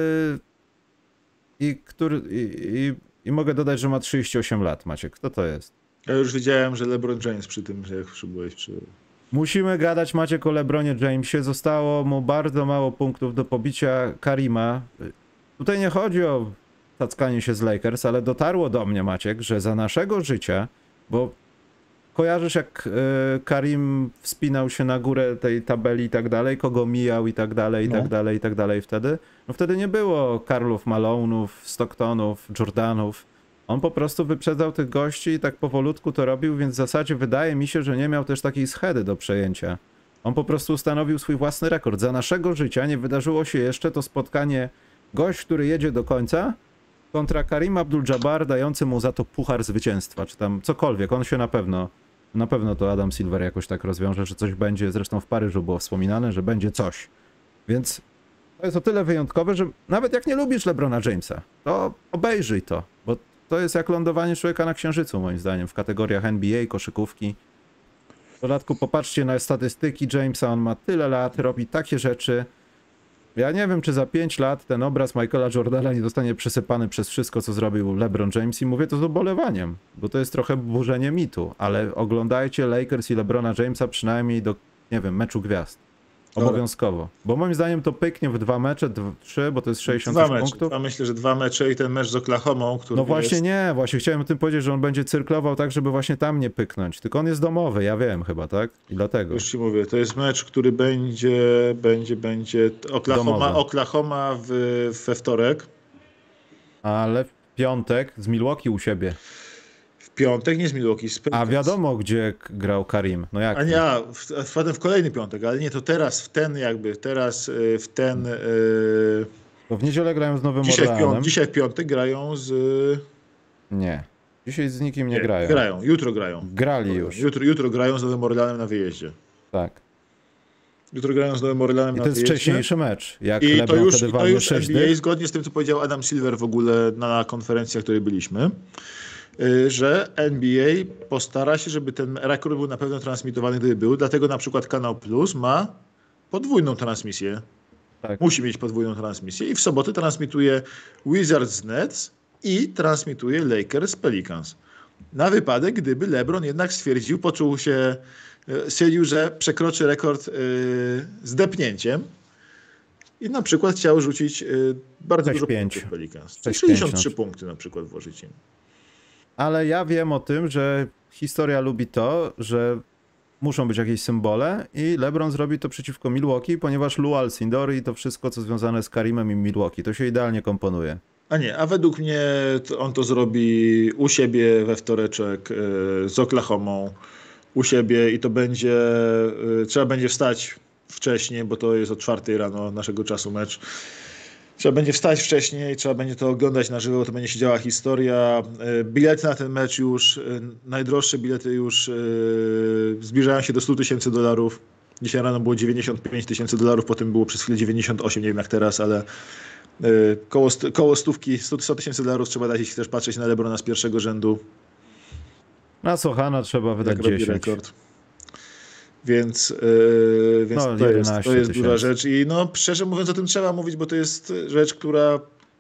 mogę dodać, że ma 38 lat, Maciek. Kto to jest? Ja już widziałem, że LeBron James przy tym, jak byłeś przy... Musimy gadać, Maciek, o LeBronie Jamesie. Zostało mu bardzo mało punktów do pobicia Karima. tutaj nie chodzi o tackanie się z Lakers, ale dotarło do mnie, Maciek, że za naszego życia, bo kojarzysz jak Karim wspinał się na górę tej tabeli i tak dalej, kogo mijał i tak dalej, i tak dalej, i tak dalej wtedy? No wtedy nie było Karlów, Malone'ów, Stocktonów, Jordanów. On po prostu wyprzedzał tych gości i tak powolutku to robił, więc w zasadzie wydaje mi się, że nie miał też takiej schedy do przejęcia. On po prostu ustanowił swój własny rekord. Za naszego życia nie wydarzyło się jeszcze to spotkanie gość, który jedzie do końca kontra Karim Abdul-Jabbar dający mu za to puchar zwycięstwa, czy tam cokolwiek. On się na pewno to Adam Silver jakoś tak rozwiąże, że coś będzie. Zresztą w Paryżu było wspominane, że będzie coś. Więc to jest o tyle wyjątkowe, że nawet jak nie lubisz LeBrona Jamesa, to obejrzyj to, bo to jest jak lądowanie człowieka na księżycu, moim zdaniem, w kategoriach NBA, koszykówki. W dodatku popatrzcie na statystyki Jamesa, on ma tyle lat, robi takie rzeczy. Ja nie wiem, czy za 5 lat ten obraz Michaela Jordana nie zostanie przesypany przez wszystko, co zrobił LeBron James i mówię to z ubolewaniem, bo to jest trochę burzenie mitu, ale oglądajcie Lakers i LeBrona Jamesa przynajmniej do, nie wiem, meczu gwiazd. Obowiązkowo. Bo moim zdaniem to pyknie w 2 mecze, 3, bo to jest 60 punktów. Ja myślę, że 2 mecze i ten mecz z Oklahomą, który No właśnie jest... nie, właśnie chciałem o tym powiedzieć, że on będzie cyrklował tak, żeby właśnie tam nie pyknąć. Tylko on jest domowy, ja wiem chyba, tak? I dlatego. Już ci mówię, to jest mecz, który będzie Oklahoma we wtorek. Ale w piątek z Milwaukee u siebie. W piątek, nie z Milwaukee, z Pelicans. A wiadomo, gdzie grał Karim. No jak? A nie, wpadłem w kolejny piątek, ale nie, to teraz, w ten... Bo w niedzielę grają z Nowym Orleanem. Dzisiaj w piątek grają z... Nie. Dzisiaj z nikim nie grają. Jutro grają. Grali już. Jutro grają z Nowym Orleanem na wyjeździe. Tak. Jutro grają z Nowym Orleanem na wyjeździe. I to jest wcześniejszy mecz. Jak I LeBron to już NBA, zgodnie z tym, co powiedział Adam Silver w ogóle na konferencji, na której byliśmy, że NBA postara się, żeby ten rekord był na pewno transmitowany, gdyby był. Dlatego na przykład Kanał Plus ma podwójną transmisję. Tak. Musi mieć podwójną transmisję i w sobotę transmituje Wizards Nets i transmituje Lakers Pelicans. Na wypadek, gdyby LeBron jednak stwierdził, że przekroczy rekord z depnięciem i na przykład chciał rzucić bardzo dużo punktów Pelicans. 63 punkty na przykład włożyć im. Ale ja wiem o tym, że historia lubi to, że muszą być jakieś symbole i LeBron zrobi to przeciwko Milwaukee, ponieważ Lou Alcindor i to wszystko, co związane z Karimem i Milwaukee, to się idealnie komponuje. A według mnie on to zrobi u siebie we wtoreczek z Oklahomą, u siebie i to będzie, trzeba będzie wstać wcześniej, bo to jest o 4 rano naszego czasu mecz. Trzeba będzie wstać wcześniej, trzeba będzie to oglądać na żywo, to będzie się działa historia. Bilety na ten mecz już, najdroższe bilety już zbliżają się do $100,000. Dzisiaj rano było $95,000, potem było przez chwilę 98, nie wiem jak teraz, ale koło stówki, $100,000 trzeba dać, jeśli chcesz patrzeć na LeBrona z pierwszego rzędu. Na Sochana trzeba wydać 10. Rekord. Więc no, to jest duża rzecz i no szczerze mówiąc o tym trzeba mówić, bo to jest rzecz, która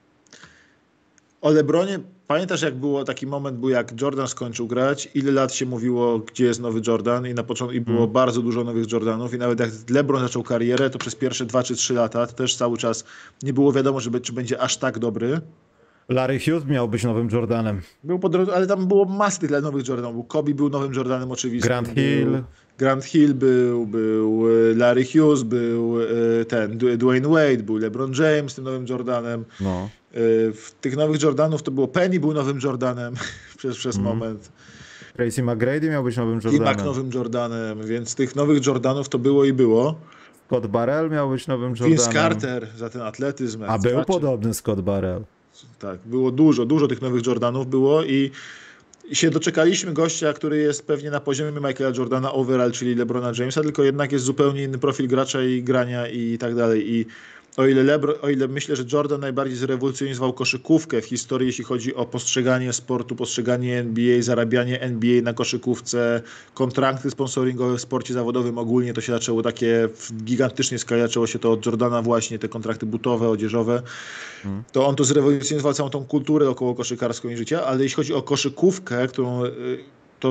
o LeBronie, pamiętasz jak było taki moment, jak Jordan skończył grać, ile lat się mówiło, gdzie jest nowy Jordan i na początku było bardzo dużo nowych Jordanów i nawet jak LeBron zaczął karierę, to przez pierwsze 2 czy 3 lata to też cały czas nie było wiadomo, czy będzie aż tak dobry. Larry Hughes miał być nowym Jordanem. Ale tam było masy tych nowych Jordanów. Był Kobe był nowym Jordanem oczywiście. Grant Hill był Larry Hughes, był Dwayne Wade, był LeBron James tym nowym Jordanem. No. W tych nowych Jordanów to było Penny był nowym Jordanem przez moment. Tracy McGrady miał być nowym Jordanem. I Mac nowym Jordanem, więc tych nowych Jordanów to było i było. Scott Barrell miał być nowym Jordanem. Vince Carter za ten atletyzm. A był podobny Scott Barrell. Tak, było dużo tych nowych Jordanów było i się doczekaliśmy gościa, który jest pewnie na poziomie Michaela Jordana overall, czyli LeBrona Jamesa, tylko jednak jest zupełnie inny profil gracza i grania i tak dalej. I o ile myślę, że Jordan najbardziej zrewolucjonizował koszykówkę w historii, jeśli chodzi o postrzeganie sportu, postrzeganie NBA, zarabianie NBA na koszykówce, kontrakty sponsoringowe w sporcie zawodowym ogólnie, to się zaczęło takie w gigantycznej skali, zaczęło się to od Jordana właśnie, te kontrakty butowe, odzieżowe, to on to zrewolucjonizował całą tą kulturę około koszykarską i życia, ale jeśli chodzi o koszykówkę, którą to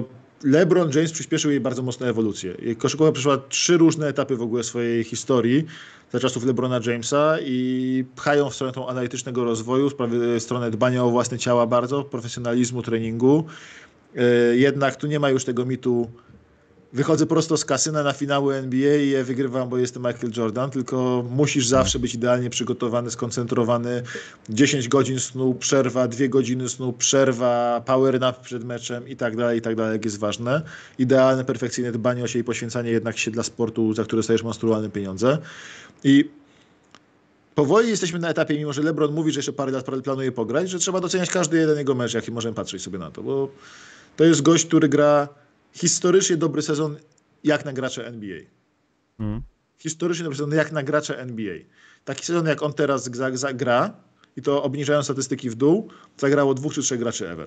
LeBron James przyspieszył jej bardzo mocno ewolucję. Jej koszykówka przeszła 3 różne etapy w ogóle swojej historii za czasów LeBrona Jamesa i pchają w stronę tą analitycznego rozwoju, w stronę dbania o własne ciała bardzo, profesjonalizmu, treningu. Jednak tu nie ma już tego mitu wychodzę prosto z kasyna na finały NBA i je wygrywam, bo jestem Michael Jordan, tylko musisz zawsze być idealnie przygotowany, skoncentrowany. 10 godzin snu, przerwa, 2 godziny snu, przerwa, power nap przed meczem i tak dalej, jak jest ważne. Idealne, perfekcyjne dbanie o siebie i poświęcanie jednak się dla sportu, za który dostajesz monstrualne pieniądze. I powoli jesteśmy na etapie, mimo że LeBron mówi, że jeszcze parę lat planuje pograć, że trzeba doceniać każdy jeden jego mecz, jaki możemy patrzeć sobie na to, bo to jest gość, który gra historycznie dobry sezon jak na gracze NBA. Historycznie dobry sezon jak na gracze NBA. Taki sezon jak on teraz gra i to obniżając statystyki w dół, zagrało 2 czy 3 graczy ever.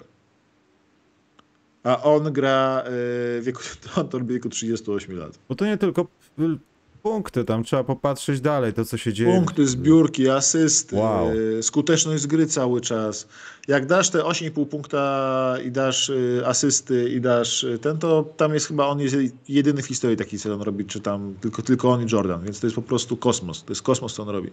A on gra w wieku 38 lat. Bo to nie tylko punkty, tam trzeba popatrzeć dalej, to co się dzieje. Punkty, zbiórki, asysty, wow. Skuteczność z gry cały czas. Jak dasz te 8,5 punkta i dasz asysty i dasz to tam jest chyba on jest jedyny w historii taki sezon robi, czy tam tylko on i Jordan, więc to jest po prostu kosmos. To jest kosmos, co on robi.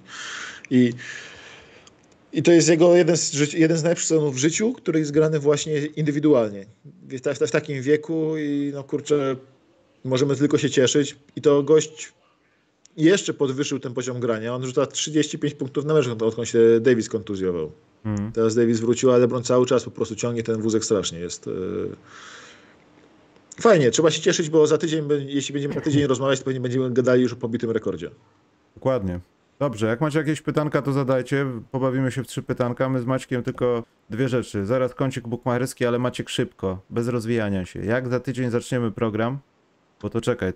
I to jest jego jeden z najlepszych sezonów w życiu, który jest grany właśnie indywidualnie. W takim wieku i no kurczę, możemy tylko się cieszyć. I to gość jeszcze podwyższył ten poziom grania. On rzuca 35 punktów na mecz, odkąd się Davis kontuzjował. Teraz Davis wrócił, ale LeBron cały czas po prostu ciągnie ten wózek strasznie. Jest fajnie, trzeba się cieszyć, bo za tydzień, jeśli będziemy za tydzień rozmawiać, to pewnie będziemy gadali już o pobitym rekordzie. Dokładnie. Dobrze, jak macie jakieś pytanka, to zadajcie. Pobawimy się w 3 pytanka. My z Maćkiem tylko 2 rzeczy. Zaraz kącik bukmacherski, ale Maciek szybko, bez rozwijania się. Jak za tydzień zaczniemy program? Bo to czekaj,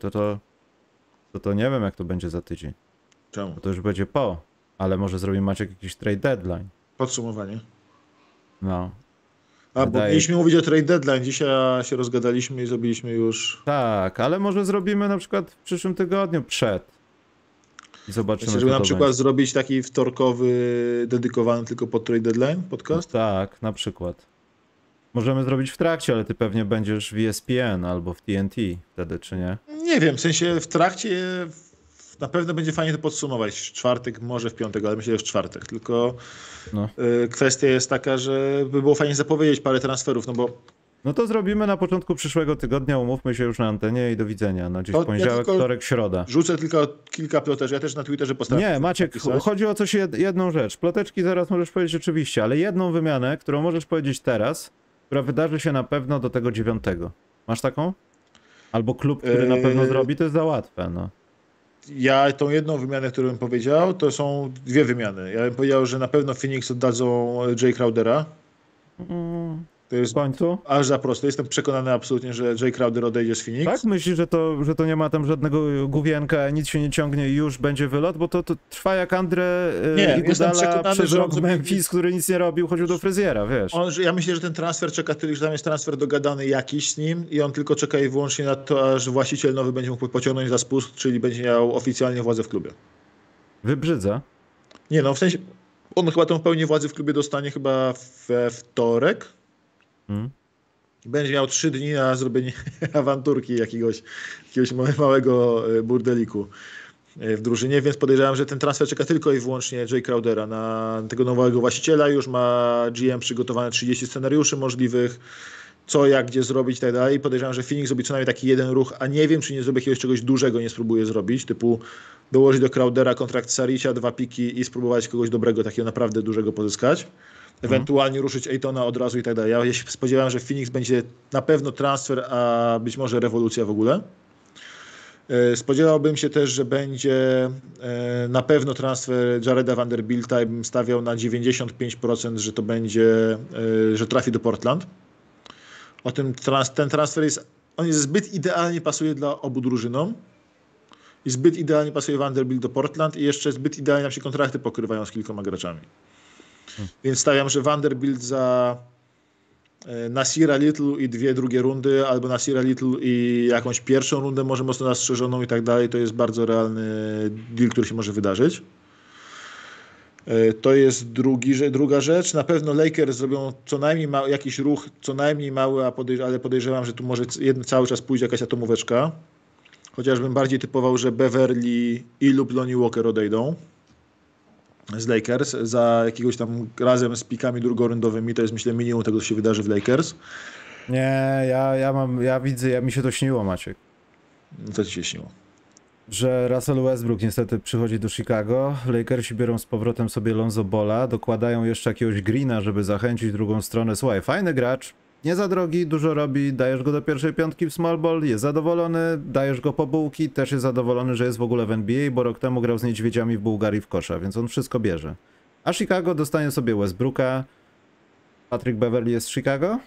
to nie wiem, jak to będzie za tydzień. Czemu? Bo to już będzie ale może zrobi Maciek jakiś trade deadline. Podsumowanie. No. Bo mieliśmy mówić o trade deadline. Dzisiaj się rozgadaliśmy i zrobiliśmy już... Tak, ale może zrobimy na przykład w przyszłym tygodniu przed. I zobaczymy, żeby na przykład zrobić taki wtorkowy, dedykowany tylko pod trade deadline podcast? No tak, na przykład. Możemy zrobić w trakcie, ale ty pewnie będziesz w ESPN albo w TNT wtedy, czy nie? Nie wiem, w sensie w trakcie na pewno będzie fajnie to podsumować. W czwartek, może w piątek, ale myślę, że w czwartek. Tylko kwestia jest taka, że by było fajnie zapowiedzieć parę transferów, no bo... No to zrobimy na początku przyszłego tygodnia, umówmy się już na antenie i do widzenia. No gdzieś poniedziałek, wtorek, środa. Rzucę tylko kilka plotek, ja też na Twitterze postaram się. Nie, Maciek, chodzi o coś jedną rzecz. Ploteczki zaraz możesz powiedzieć oczywiście, ale jedną wymianę, którą możesz powiedzieć teraz, która wydarzy się na pewno do tego 9. Masz taką? Albo klub, który na pewno zrobi, to jest za łatwe, no. Ja tą jedną wymianę, którą bym powiedział, to są 2 wymiany. Ja bym powiedział, że na pewno Phoenix oddadzą Jay Crowdera. To jest w końcu? Aż za prosto. Jestem przekonany absolutnie, że Jay Crowder odejdzie z Phoenix. Tak? Myślisz, że to nie ma tam żadnego główienka, nic się nie ciągnie i już będzie wylot? Bo to trwa jak Andre Iguodala przez rok w Memphis, który nic nie robił, chodził do fryzjera, wiesz. Ja myślę, że ten transfer czeka, że tam jest transfer dogadany jakiś z nim i on tylko czeka i wyłącznie na to, aż właściciel nowy będzie mógł pociągnąć za spust, czyli będzie miał oficjalnie władzę w klubie. Wybrzydza? Nie no, w sensie on chyba tą pełnię władzy w klubie dostanie chyba we wtorek. Będzie miał 3 dni na zrobienie awanturki jakiegoś małego burdeliku w drużynie, więc podejrzewam, że ten transfer czeka tylko i wyłącznie Jay Crowdera na tego nowego właściciela. Już ma GM przygotowane 30 scenariuszy możliwych, co, jak, gdzie zrobić i tak dalej. Podejrzewam, że Phoenix zrobi co najmniej taki jeden ruch, a nie wiem, czy nie zrobi jakiegoś czegoś dużego, nie spróbuje zrobić, typu dołożyć do Crowdera kontrakt Saricia, 2 piki i spróbować kogoś dobrego, takiego naprawdę dużego pozyskać. Ewentualnie ruszyć Aytona od razu i tak dalej. Ja się spodziewałem, że Phoenix będzie na pewno transfer, a być może rewolucja w ogóle. Spodziewałbym się też, że będzie na pewno transfer Jareda Vanderbilta i bym stawiał na 95%, że to będzie, że trafi do Portland. Ten transfer on jest zbyt idealnie pasuje dla obu drużynom. I zbyt idealnie pasuje Vanderbilt do Portland i jeszcze zbyt idealnie nam się kontrakty pokrywają z kilkoma graczami. Więc stawiam, że Vanderbilt za Nasira Little i 2 drugie rundy, albo Nasira Little i jakąś pierwszą rundę, może mocno zastrzeżoną i tak dalej, to jest bardzo realny deal, który się może wydarzyć. To jest druga rzecz. Na pewno Lakers zrobią co najmniej jakiś ruch, co najmniej mały, ale podejrzewam, że tu może cały czas pójdzie jakaś atomóweczka. Chociażbym bardziej typował, że Beverly i lub Lonnie Walker odejdą z Lakers za jakiegoś tam razem z pikami drugorundowymi. To jest myślę minimum tego, co się wydarzy w Lakers. Nie, ja widzę, mi się to śniło, Maciek. Co ci się śniło? Że Russell Westbrook niestety przychodzi do Chicago, Lakersi biorą z powrotem sobie Lonzo Balla, dokładają jeszcze jakiegoś Greena, żeby zachęcić drugą stronę. Słuchaj, fajny gracz, nie za drogi, dużo robi, dajesz go do pierwszej piątki w small ball, jest zadowolony, dajesz go po bułki, też jest zadowolony, że jest w ogóle w NBA, bo rok temu grał z niedźwiedziami w Bułgarii w kosza, więc on wszystko bierze. A Chicago dostanie sobie Westbrooka. Patrick Beverly jest z Chicago?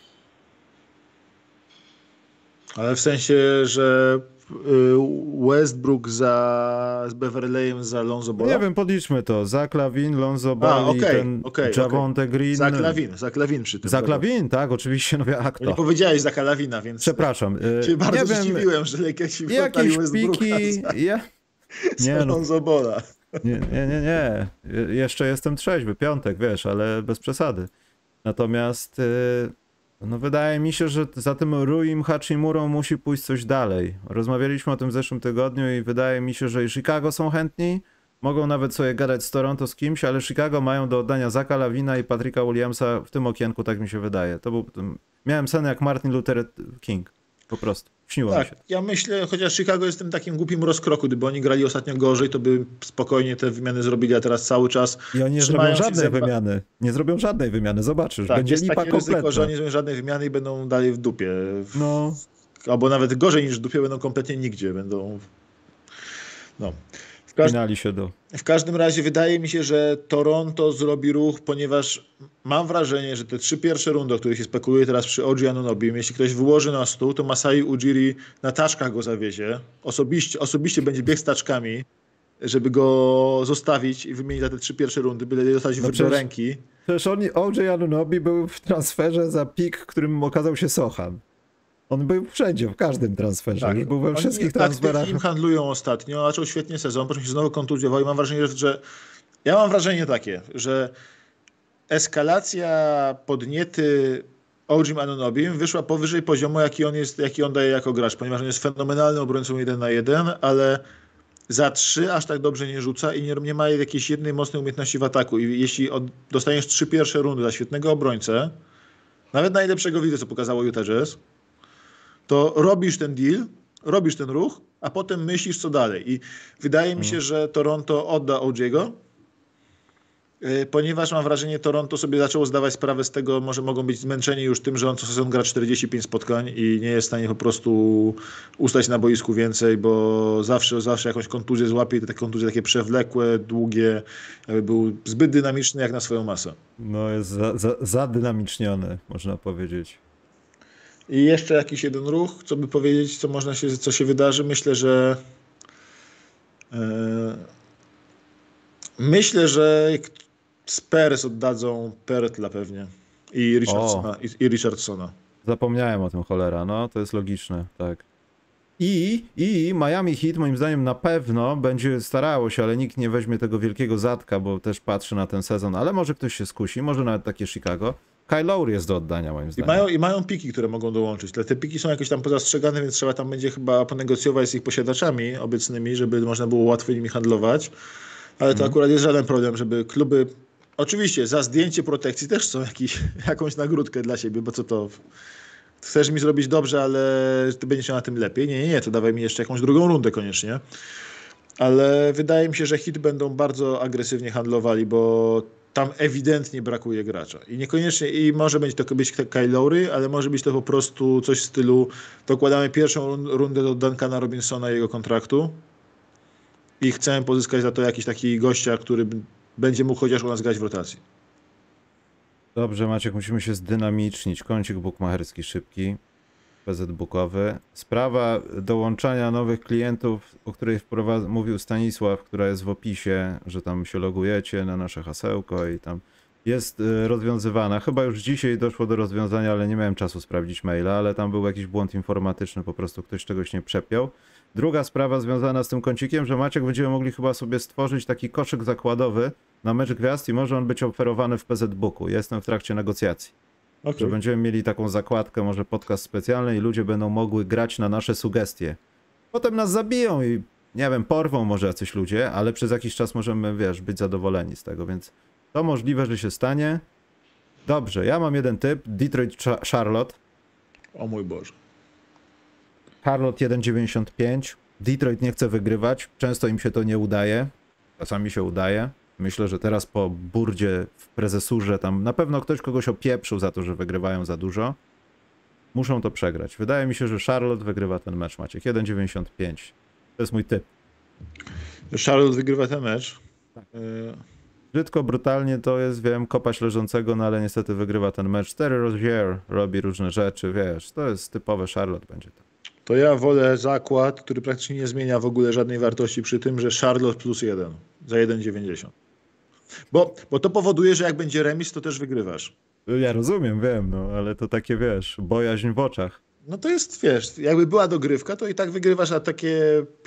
Ale w sensie, że Westbrook z Beverleyem za Lonzo Balla? Nie wiem, podliczmy to. Zach LaVine, Lonzo Ball i ten Javonte Green. Zach LaVine przy tym. Zach LaVine, tak, oczywiście. No a kto? Nie powiedziałeś Zacha LaVine'a, więc... Przepraszam. Się bardzo zdziwiłem, że Lakersi jakieś Westbrooka piki... za Lonzo Balla. Nie. Jeszcze jestem trzeźwy, piątek, wiesz, ale bez przesady. Natomiast... No wydaje mi się, że za tym Ruim Hachimurą musi pójść coś dalej. Rozmawialiśmy o tym w zeszłym tygodniu i wydaje mi się, że i Chicago są chętni. Mogą nawet sobie gadać z Toronto z kimś, ale Chicago mają do oddania Zacha LaVina i Patricka Williamsa w tym okienku, tak mi się wydaje. Miałem sen jak Martin Luther King. Po prostu. Śniło mi się. Ja myślę, chociaż Chicago jest w tym takim głupim rozkroku, gdyby oni grali ostatnio gorzej, to by spokojnie te wymiany zrobili, a teraz cały czas i oni nie zrobią żadnej wymiany. Nie zrobią żadnej wymiany, zobaczysz. Tak, będzie lipa kompletna. Ryzyko, że oni nie zrobią żadnej wymiany i będą dalej w dupie. No. Albo nawet gorzej niż w dupie, będą kompletnie nigdzie. Będą... No. W każdym razie wydaje mi się, że Toronto zrobi ruch, ponieważ mam wrażenie, że te 3 pierwsze rundy, o których się spekuluje teraz przy OG Anunobim, jeśli ktoś wyłoży na stół, to Masai Ujiri na taczkach go zawiezie. Osobiście będzie biegł z taczkami, żeby go zostawić i wymienić za te 3 pierwsze rundy, byle dostać do ręki. Przecież OG Anunobi był w transferze za pik, którym okazał się Sochan. On był wszędzie, w każdym transferze. Tak, już był we wszystkich transferach. Tak, handlują ostatnio, zaczął świetnie sezon, potem się znowu kontuzjował i mam wrażenie, że... Ja mam wrażenie takie, że eskalacja podniety OG Anunobim wyszła powyżej poziomu, jaki on daje jako gracz, ponieważ on jest fenomenalnym obrońcą 1 na 1, ale za 3 aż tak dobrze nie rzuca i nie ma jakiejś jednej mocnej umiejętności w ataku. I jeśli dostaniesz 3 pierwsze rundy za świetnego obrońcę, nawet najlepszego widzę, co pokazało Utah Jazz, to robisz ten deal, robisz ten ruch, a potem myślisz, co dalej. I wydaje mi się, że Toronto odda OG'ego, ponieważ mam wrażenie, Toronto sobie zaczęło zdawać sprawę z tego, może mogą być zmęczeni już tym, że on co sezon gra 45 spotkań i nie jest w stanie po prostu ustać na boisku więcej, bo zawsze jakąś kontuzję złapie i te kontuzje takie przewlekłe, długie, jakby był zbyt dynamiczny jak na swoją masę. No jest zadynamiczniony, można powiedzieć. I jeszcze jakiś jeden ruch, co by powiedzieć, co się wydarzy. Myślę, że Spurs oddadzą Pertla pewnie i Richardsona. Zapomniałem o tym, cholera, no to jest logiczne, tak. I Miami Heat moim zdaniem na pewno będzie starało się, ale nikt nie weźmie tego wielkiego zatka, bo też patrzy na ten sezon, ale może ktoś się skusi, może nawet takie Chicago. Kyle Lowry jest do oddania moim zdaniem. I mają piki, które mogą dołączyć. Te piki są jakieś tam pozastrzegane, więc trzeba tam będzie chyba ponegocjować z ich posiadaczami obecnymi, żeby można było łatwo nimi handlować. Ale to akurat jest żaden problem, żeby kluby... Oczywiście za zdjęcie protekcji też są jakąś nagródkę dla siebie, bo co to... Chcesz mi zrobić dobrze, ale ty będziesz miał na tym lepiej. Nie, to dawaj mi jeszcze jakąś drugą rundę koniecznie. Ale wydaje mi się, że Heat będą bardzo agresywnie handlowali, bo tam ewidentnie brakuje gracza. I niekoniecznie, i może być to Kyle Lowry, ale może być to po prostu coś w stylu dokładamy pierwszą rundę do Duncana Robinsona i jego kontraktu i chcemy pozyskać za to jakiś taki gościa, który będzie mógł chociaż u nas grać w rotacji. Dobrze, Maciek, musimy się zdynamicznić. Kącik bukmacherski szybki, PZ Bookowy. Sprawa dołączania nowych klientów, o której mówił Stanisław, która jest w opisie, że tam się logujecie na nasze hasełko i tam jest rozwiązywana. Chyba już dzisiaj doszło do rozwiązania, ale nie miałem czasu sprawdzić maila, ale tam był jakiś błąd informatyczny, po prostu ktoś czegoś nie przepiął. Druga sprawa związana z tym kącikiem, że Maciek będziemy mogli chyba sobie stworzyć taki koszyk zakładowy na mecz gwiazd i może on być oferowany w PZ Booku. Jestem w trakcie negocjacji. Że Okay. będziemy mieli taką zakładkę, może podcast specjalny i ludzie będą mogły grać na nasze sugestie. Potem nas zabiją i nie wiem, porwą może jacyś ludzie, ale przez jakiś czas możemy, wiesz, być zadowoleni z tego, więc to możliwe, że się stanie. Dobrze, ja mam jeden typ, Detroit Charlotte. O mój Boże. Charlotte 1,95. Detroit nie chce wygrywać, często im się to nie udaje, czasami się udaje. Myślę, że teraz po burdzie w prezesurze tam na pewno ktoś kogoś opieprzył za to, że wygrywają za dużo. Muszą to przegrać. Wydaje mi się, że Charlotte wygrywa ten mecz, Maciek. 1,95. To jest mój typ. Charlotte wygrywa ten mecz. Brzydko, brutalnie to jest, wiem, kopać leżącego, no ale niestety wygrywa ten mecz. Terry Rozier robi różne rzeczy, wiesz, to jest typowe Charlotte będzie to. To ja wolę zakład, który praktycznie nie zmienia w ogóle żadnej wartości przy tym, że Charlotte plus 1 za 1,90. Bo to powoduje, że jak będzie remis, to też wygrywasz. Ja rozumiem, wiem, no, ale to takie, wiesz, bojaźń w oczach. No to jest, wiesz, jakby była dogrywka, to i tak wygrywasz, a takie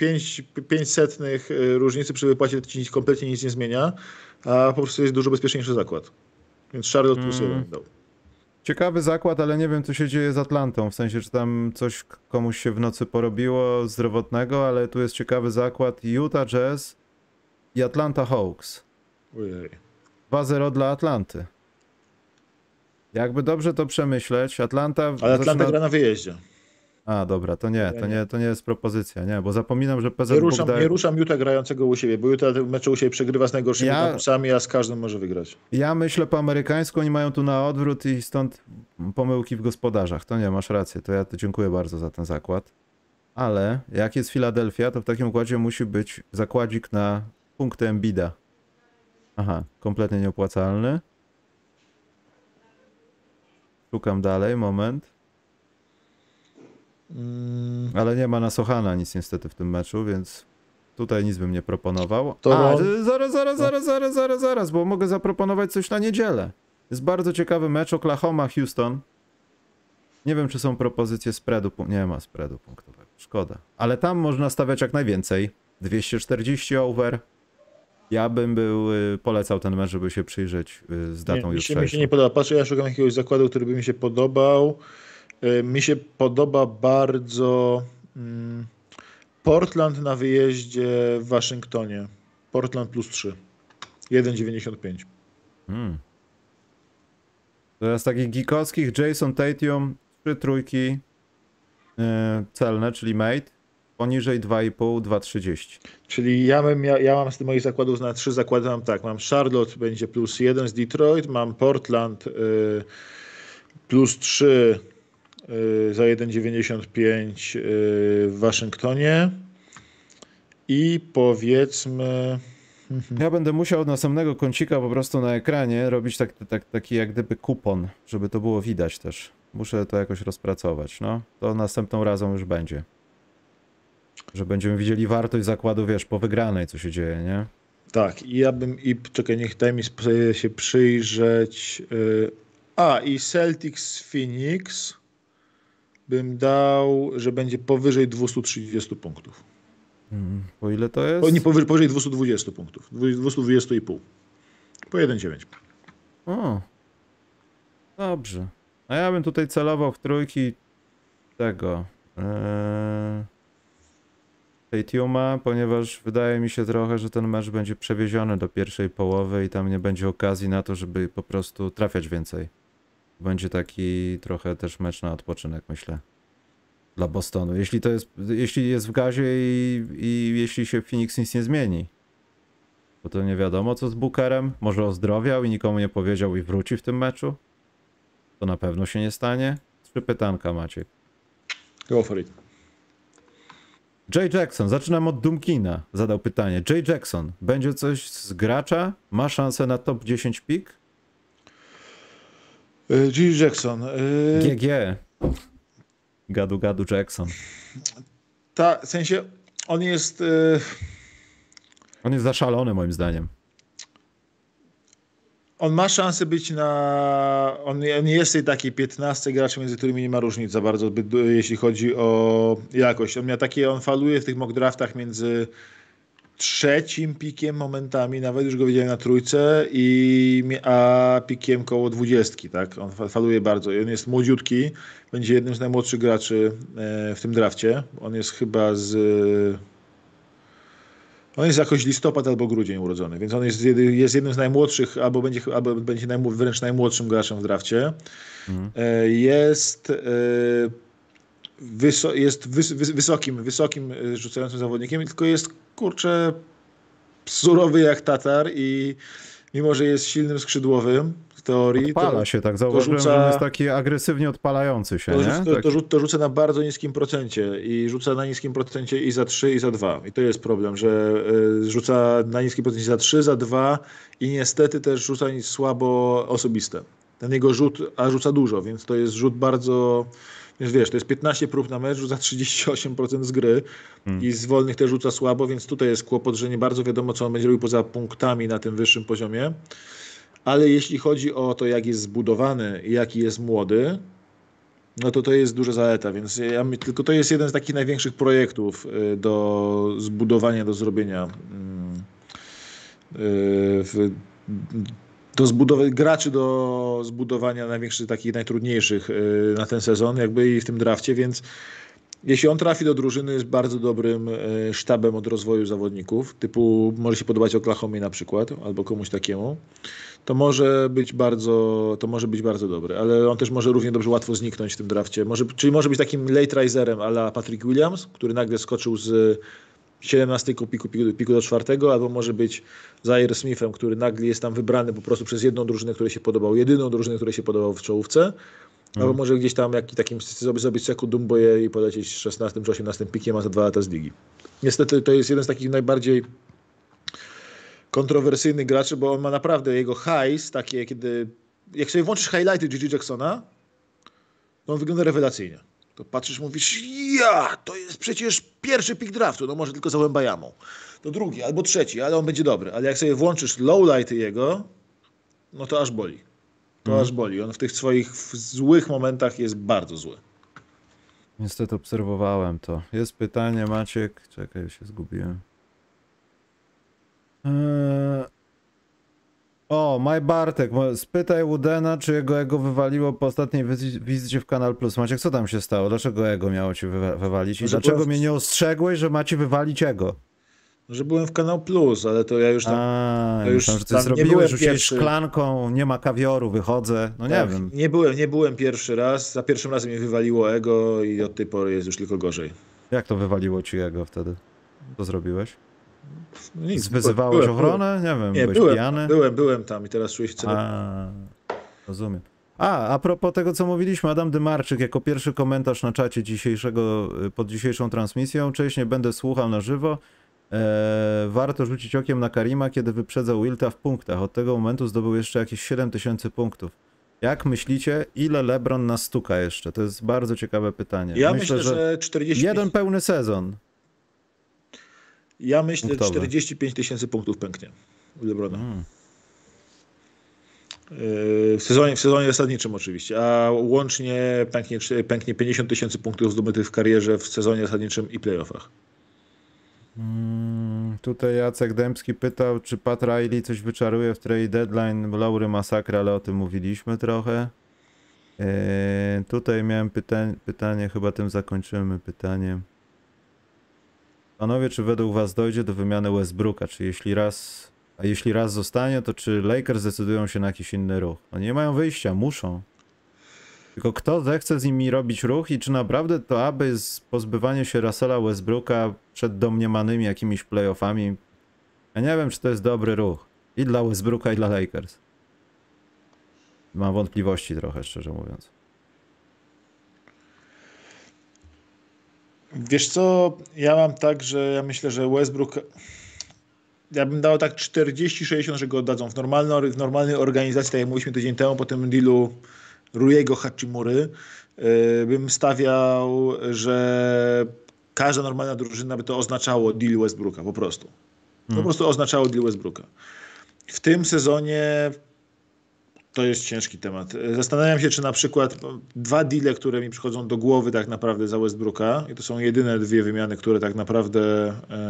500 różnicy przy wypłacie to ci kompletnie nic nie zmienia, a po prostu jest dużo bezpieczniejszy zakład. Więc Charlotte plus 1 dał. Ciekawy zakład, ale nie wiem, co się dzieje z Atlantą, w sensie, czy tam coś komuś się w nocy porobiło zdrowotnego, ale tu jest ciekawy zakład Utah Jazz i Atlanta Hawks. Ojej. 2-0 dla Atlanty. Jakby dobrze to przemyśleć, Atlanta... Ale Atlanta gra na wyjeździe. A, dobra, to nie jest propozycja, nie, bo zapominam, że PZ Nie ruszam Utah grającego u siebie, bo Utah mecze u siebie przegrywa z najgorszymi kampusami, a z każdym może wygrać. Ja myślę po amerykańsku, oni mają tu na odwrót i stąd pomyłki w gospodarzach. To nie, masz rację, to ja to dziękuję bardzo za ten zakład. Ale jak jest Filadelfia, to w takim układzie musi być zakładzik na punkty Embida. Aha, kompletnie nieopłacalny. Szukam dalej, moment. Ale nie ma na Sochana nic niestety w tym meczu, więc tutaj nic bym nie proponował. Zaraz, bo mogę zaproponować coś na niedzielę. Jest bardzo ciekawy mecz Oklahoma-Houston. Nie wiem, czy są propozycje spreadu. Nie ma spreadu punktowego, szkoda. Ale tam można stawiać jak najwięcej. 240 over. Ja bym polecał ten mecz, żeby się przyjrzeć z datą jutrzejszą. Mi się nie podoba. Patrzę, ja szukam jakiegoś zakładu, który by mi się podobał. Mi się podoba bardzo Portland na wyjeździe w Waszyngtonie. Portland plus 3. 1,95. To z takich geekowskich Jason Tatum, 3 trójki celne, czyli mate. Poniżej 2,5, 2,30. Czyli ja mam z tych moich zakładów na 3 zakłady. Mam tak, mam Charlotte będzie plus 1 z Detroit, mam Portland plus 3 za 1,95 w Waszyngtonie i powiedzmy... Ja będę musiał od następnego kącika po prostu na ekranie robić taki jak gdyby kupon, żeby to było widać też. Muszę to jakoś rozpracować, no. To następną razą już będzie. Że będziemy widzieli wartość zakładu, wiesz, po wygranej, co się dzieje, nie? Tak, czekaj, daj mi się przyjrzeć. I Celtics Phoenix bym dał, że będzie powyżej 230 punktów. Po ile to jest? Nie, powyżej 220 punktów. 220,5. Po 1,9. O, dobrze. A ja bym tutaj celował w trójki tego Tatuma, ponieważ wydaje mi się trochę, że ten mecz będzie przewieziony do pierwszej połowy i tam nie będzie okazji na to, żeby po prostu trafiać więcej. Będzie taki trochę też mecz na odpoczynek, myślę. Dla Bostonu. Jeśli jest w gazie i jeśli się Phoenix nic nie zmieni. Bo to nie wiadomo co z Bookerem. Może ozdrowiał i nikomu nie powiedział i wróci w tym meczu. To na pewno się nie stanie. 3 pytanka, Maciek. Go for it. Jay Jackson, zaczynam od Dumkina. Zadał pytanie. Jay Jackson, będzie coś z gracza? Ma szansę na top 10 pick? Jay Jackson. GG. Gadu Jackson. W sensie on jest... On jest zaszalony moim zdaniem. On ma szansę być on jest tej takiej 15 graczy, między którymi nie ma różnic za bardzo, jeśli chodzi o jakość. On faluje w tych mock draftach między trzecim pikiem momentami, nawet już go widziałem na trójce, a pikiem koło 20, tak? On faluje bardzo i on jest młodziutki, będzie jednym z najmłodszych graczy w tym drafcie. On jest jakoś listopad albo grudzień urodzony, więc on jest jednym z najmłodszych, albo będzie wręcz najmłodszym graczem w drafcie. Mhm. Jest wysokim rzucającym zawodnikiem, tylko jest, kurczę, surowy jak Tatar i mimo, że jest silnym skrzydłowym w teorii, Odpala się, tak zauważyłem, że on jest taki agresywnie odpalający się, nie? Tak. to rzuca na bardzo niskim procencie i rzuca na niskim procencie i za 3 i za 2. I to jest problem, że rzuca na niskim procencie za 3, za 2 i niestety też rzuca słabo osobiste. Ten jego rzut, a rzuca dużo, więc to jest rzut bardzo... Więc wiesz, to jest 15 prób na mecz, rzuca 38% z gry i z wolnych też rzuca słabo, więc tutaj jest kłopot, że nie bardzo wiadomo, co on będzie robił poza punktami na tym wyższym poziomie. Ale jeśli chodzi o to, jak jest zbudowany i jaki jest młody, no to jest duża zaleta, więc tylko to jest jeden z takich największych projektów do zbudowania, do zrobienia graczy do zbudowania największych, takich najtrudniejszych na ten sezon, jakby i w tym drafcie, więc jeśli on trafi do drużyny, jest bardzo dobrym sztabem od rozwoju zawodników, typu może się podobać Oklahomie na przykład, albo komuś takiemu, to może być bardzo dobry, ale on też może równie dobrze łatwo zniknąć w tym drafcie. Czyli może być takim late riserem a la Patrick Williams, który nagle skoczył z 17 piku do 4, albo może być Zaire Smithem, który nagle jest tam wybrany po prostu przez jedyną drużynę, której się podobał w czołówce, albo może gdzieś tam takim zrobić Seku Dumboje i polecieć 16 czy 18 pikiem, a za 2 lata z ligi. Niestety to jest jeden z takich najbardziej kontrowersyjnych graczy, bo on ma naprawdę jego highs, takie jak sobie włączysz highlighty Gigi Jacksona, to on wygląda rewelacyjnie. To patrzysz, mówisz, to jest przecież pierwszy pick draftu, no może tylko za Wembayamą. To drugi albo trzeci, ale on będzie dobry. Ale jak sobie włączysz lowlighty jego, no to aż boli. Aż boli. On w tych swoich złych momentach jest bardzo zły. Niestety obserwowałem to. Jest pytanie, Maciek. Czekaj, się zgubiłem. Maj Bartek, spytaj Woodena, czy jego ego wywaliło po ostatniej wizycie w Kanal Plus. Maciek, co tam się stało? Dlaczego ego miało ci wywalić? I dlaczego mnie nie ostrzegłeś, że macie wywalić ego? Że byłem w Kanał Plus, ale to ja już tam... myślałem, że ty zrobiłeś, rzuciłeś szklanką, nie ma kawioru, wychodzę. No tak, nie wiem. Nie byłem pierwszy raz. Za pierwszym razem mnie wywaliło ego i od tej pory jest już tylko gorzej. Jak to wywaliło ci ego wtedy? Co zrobiłeś? No nic, Wyzywałeś ochronę? Nie wiem, byłeś pijany? Byłem tam i teraz czuję się rozumiem. A propos tego, co mówiliśmy, Adam Dymarczyk jako pierwszy komentarz na czacie pod dzisiejszą transmisją. Cześć, nie będę słuchał na żywo. Warto rzucić okiem na Karima, kiedy wyprzedzał Wilta w punktach. Od tego momentu zdobył jeszcze jakieś 7000 punktów. Jak myślicie, ile LeBron nas stuka jeszcze? To jest bardzo ciekawe pytanie. Ja myślę, że 45... Jeden pełny sezon. Ja myślę, że 45 000 punktów pęknie u LeBrona. W sezonie zasadniczym oczywiście, a łącznie pęknie 50 000 punktów zdobytych w karierze w sezonie zasadniczym i playoffach. Tutaj Jacek Dębski pytał, czy Pat Riley coś wyczaruje w trade deadline. Laury masakra, ale o tym mówiliśmy trochę. Tutaj miałem pytanie, chyba tym zakończymy pytanie. Panowie, czy według was dojdzie do wymiany Westbrooka? Czy jeśli raz zostanie, to czy Lakers zdecydują się na jakiś inny ruch? No nie mają wyjścia, muszą. Tylko kto zechce z nimi robić ruch i czy naprawdę to aby pozbywanie się Russella Westbrooka przed domniemanymi jakimiś playoffami? Ja nie wiem, czy to jest dobry ruch. I dla Westbrooka, i dla Lakers. Mam wątpliwości trochę, szczerze mówiąc. Wiesz co, ja mam tak, że ja myślę, że Westbrook... Ja bym dał tak 40-60, że go oddadzą. W normalnej organizacji, tak jak mówiliśmy tydzień temu, po tym dealu Rujego Hachimury, bym stawiał, że każda normalna drużyna by to oznaczało deal Westbrooka, po prostu. Po prostu oznaczało deal Westbrooka. W tym sezonie To jest ciężki temat. Zastanawiam się, czy na przykład dwa deale, które mi przychodzą do głowy tak naprawdę za Westbrooka, i to są jedyne dwie wymiany, które tak naprawdę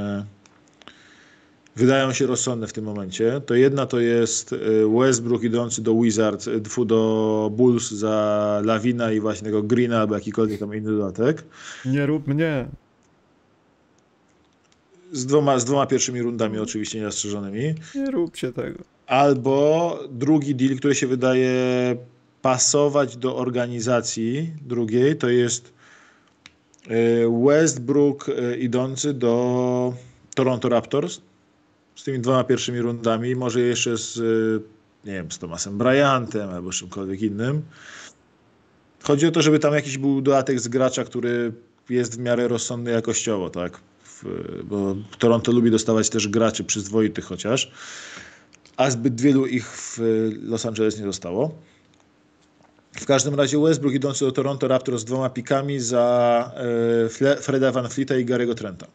wydają się rozsądne w tym momencie. To jedna to jest Westbrook idący do Wizards, do Bulls za Lavina i właśnie tego Greena albo jakikolwiek tam inny dodatek. Nie rób mnie. Z dwoma pierwszymi rundami oczywiście niezastrzeżonymi. Nie róbcie tego. Albo drugi deal, który się wydaje pasować do organizacji drugiej, to jest Westbrook idący do Toronto Raptors z tymi dwoma pierwszymi rundami, może jeszcze z, nie wiem, z Thomasem Bryantem albo z czymkolwiek innym. Chodzi o to, żeby tam jakiś był dodatek z gracza, który jest w miarę rozsądny jakościowo, tak? Bo Toronto lubi dostawać też graczy przyzwoitych chociaż, a zbyt wielu ich w Los Angeles nie zostało. W każdym razie Westbrook idący do Toronto Raptors z dwoma pikami za Freda VanVleeta i Gary'ego Trenta.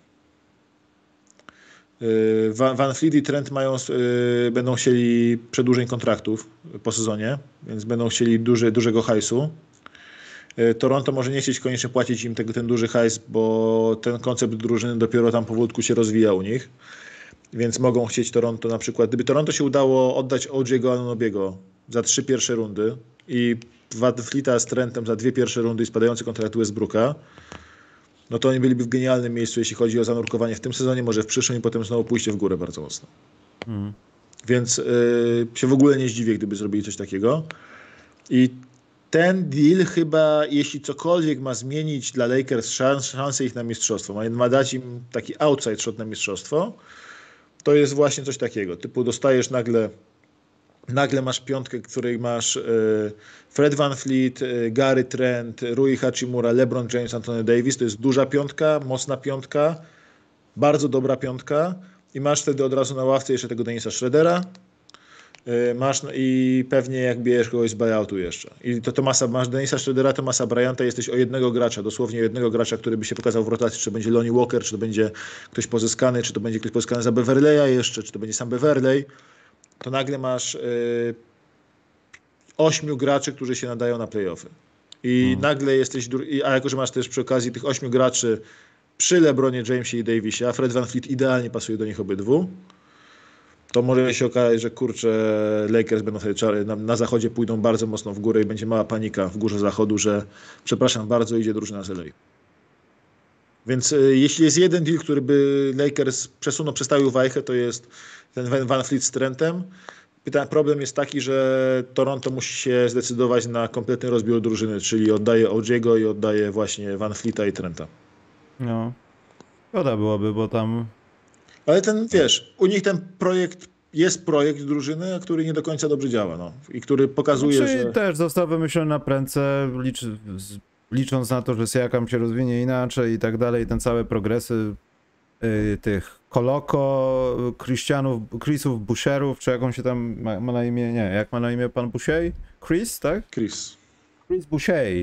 VanVleet i Trent będą chcieli przedłużeń kontraktów po sezonie, więc będą chcieli dużego hajsu. Toronto może nie chcieć koniecznie płacić im ten duży hajs, bo ten koncept drużyny dopiero tam powolutku się rozwija u nich. Więc mogą chcieć Toronto na przykład, gdyby Toronto się udało oddać OG'ego Anunobiego za 3 pierwsze rundy i VanVleeta z Trentem za 2 pierwsze rundy i spadający kontrakt Westbrooka, no to oni byliby w genialnym miejscu, jeśli chodzi o zanurkowanie w tym sezonie, może w przyszłym i potem znowu pójście w górę bardzo mocno. Więc się w ogóle nie zdziwię, gdyby zrobili coś takiego. I ten deal chyba, jeśli cokolwiek ma zmienić dla Lakers szansę ich na mistrzostwo, ma dać im taki outside shot na mistrzostwo, to jest właśnie coś takiego. Typu dostajesz nagle masz piątkę, w której masz Fred VanVleet, Gary Trent, Rui Hachimura, LeBron James, Anthony Davis. To jest duża piątka, mocna piątka, bardzo dobra piątka i masz wtedy od razu na ławce jeszcze tego Dennisa Schroedera. I pewnie jak bierzesz kogoś z buyoutu jeszcze. I to masz Dennisa Schroedera, Thomasa Bryanta, jesteś o jednego gracza, dosłownie jednego gracza, który by się pokazał w rotacji, czy to będzie Lonnie Walker, czy to będzie ktoś pozyskany, czy to będzie ktoś pozyskany za Beverleya jeszcze, czy to będzie sam Beverley. To nagle masz 8 graczy, którzy się nadają na playoffy. I nagle jesteś, a jako że masz też przy okazji tych 8 graczy przy LeBronie Jamesie i Davisie, a Fred VanVleet idealnie pasuje do nich obydwu, to może się okazać, że kurczę, Lakers będą sobie na zachodzie pójdą bardzo mocno w górę i będzie mała panika w górze zachodu, że przepraszam bardzo, idzie drużyna z LA. Więc jeśli jest jeden deal, który by Lakers przestawił wajchę, to jest ten VanVleet z Trentem. Problem jest taki, że Toronto musi się zdecydować na kompletny rozbiór drużyny, czyli oddaje OG'ego i oddaje właśnie VanVleeta i Trenta. No, szkoda byłoby, bo tam... Ale u nich ten projekt drużyny, który nie do końca dobrze działa, no. I który pokazuje, że... też został wymyślony na prędce, licząc na to, że Siakam się rozwinie inaczej i tak dalej, ten całe progresy tych Koloko, Chrisów, Boucherów, czy jak on się tam ma na imię, nie, jak ma na imię pan Boucher? Chris, tak? Chris Boucher.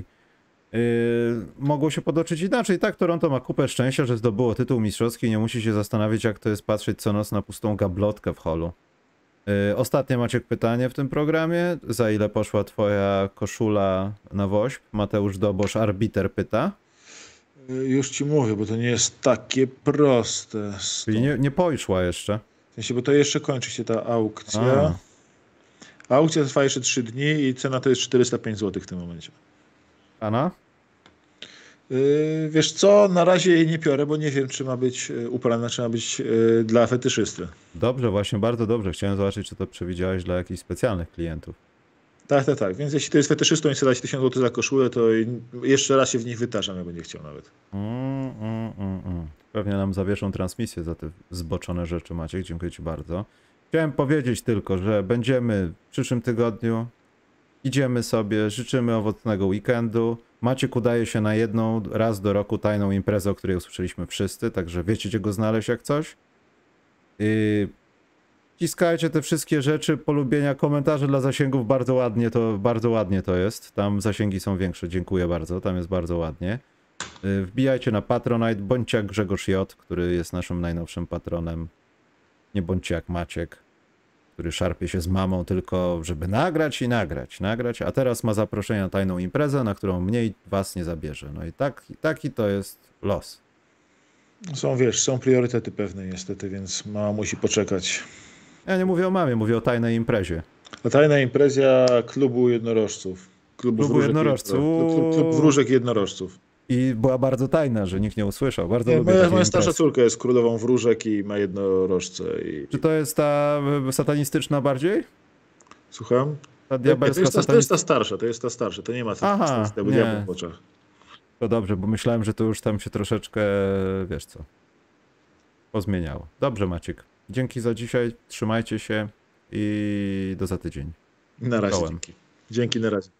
Mogło się potoczyć inaczej. Tak, Toronto ma kupę szczęścia, że zdobyło tytuł mistrzowski i nie musi się zastanawiać, jak to jest patrzeć co noc na pustą gablotkę w holu. Ostatnie, Maciek, pytanie w tym programie. Za ile poszła twoja koszula na woźb? Mateusz Dobosz, arbiter, pyta. Już ci mówię, bo to nie jest takie proste. Czyli nie poszła jeszcze. W sensie, bo to jeszcze kończy się ta aukcja. Aukcja trwa jeszcze 3 dni i cena to jest 405 zł w tym momencie. Ana? Wiesz co, na razie jej nie piorę, bo nie wiem, czy ma być uprana, czy ma być dla fetyszysty. Dobrze, właśnie, bardzo dobrze. Chciałem zobaczyć, czy to przewidziałeś dla jakichś specjalnych klientów. Tak. Więc jeśli to jest fetyszystą i chce dać 1000 zł za koszulę, to jeszcze raz się w nich wytarzam, jak będzie chciał nawet. Pewnie nam zawieszą transmisję za te zboczone rzeczy, Maciek. Dziękuję ci bardzo. Chciałem powiedzieć tylko, że będziemy w przyszłym tygodniu. Idziemy sobie, życzymy owocnego weekendu. Maciek udaje się na jedną raz do roku tajną imprezę, o której usłyszeliśmy wszyscy, także wiecie, gdzie go znaleźć jak coś. Wciskajcie te wszystkie rzeczy, polubienia, komentarze dla zasięgów, bardzo ładnie to jest. Tam zasięgi są większe, dziękuję bardzo, tam jest bardzo ładnie. Wbijajcie na Patronite, bądźcie jak Grzegorz J., który jest naszym najnowszym patronem. Nie bądźcie jak Maciek. który szarpie się z mamą tylko, żeby nagrać, a teraz ma zaproszenie na tajną imprezę, na którą mnie i was nie zabierze. No i taki to jest los. Są priorytety pewne niestety, więc mama musi poczekać. Ja nie mówię o mamie, mówię o tajnej imprezie. A tajna impreza klubu jednorożców. Klubu jednorożców. Klub wróżek jednorożców. I była bardzo tajna, że nikt nie usłyszał. Bardzo lubię Moja takie starsza imprezy. córka jest królową wróżek i ma jednorożce. Czy to jest ta satanistyczna bardziej? Słucham? Ta To diabelska jest ta satanistyczna? starsza, to nie ma Aha, tego nie. diabła w oczach. To dobrze, bo myślałem, że to już tam się troszeczkę, wiesz co, pozmieniało. Dobrze, Maciek. Dzięki za dzisiaj, trzymajcie się i do za tydzień. Na razie, Czołem. dzięki. Dzięki, na razie.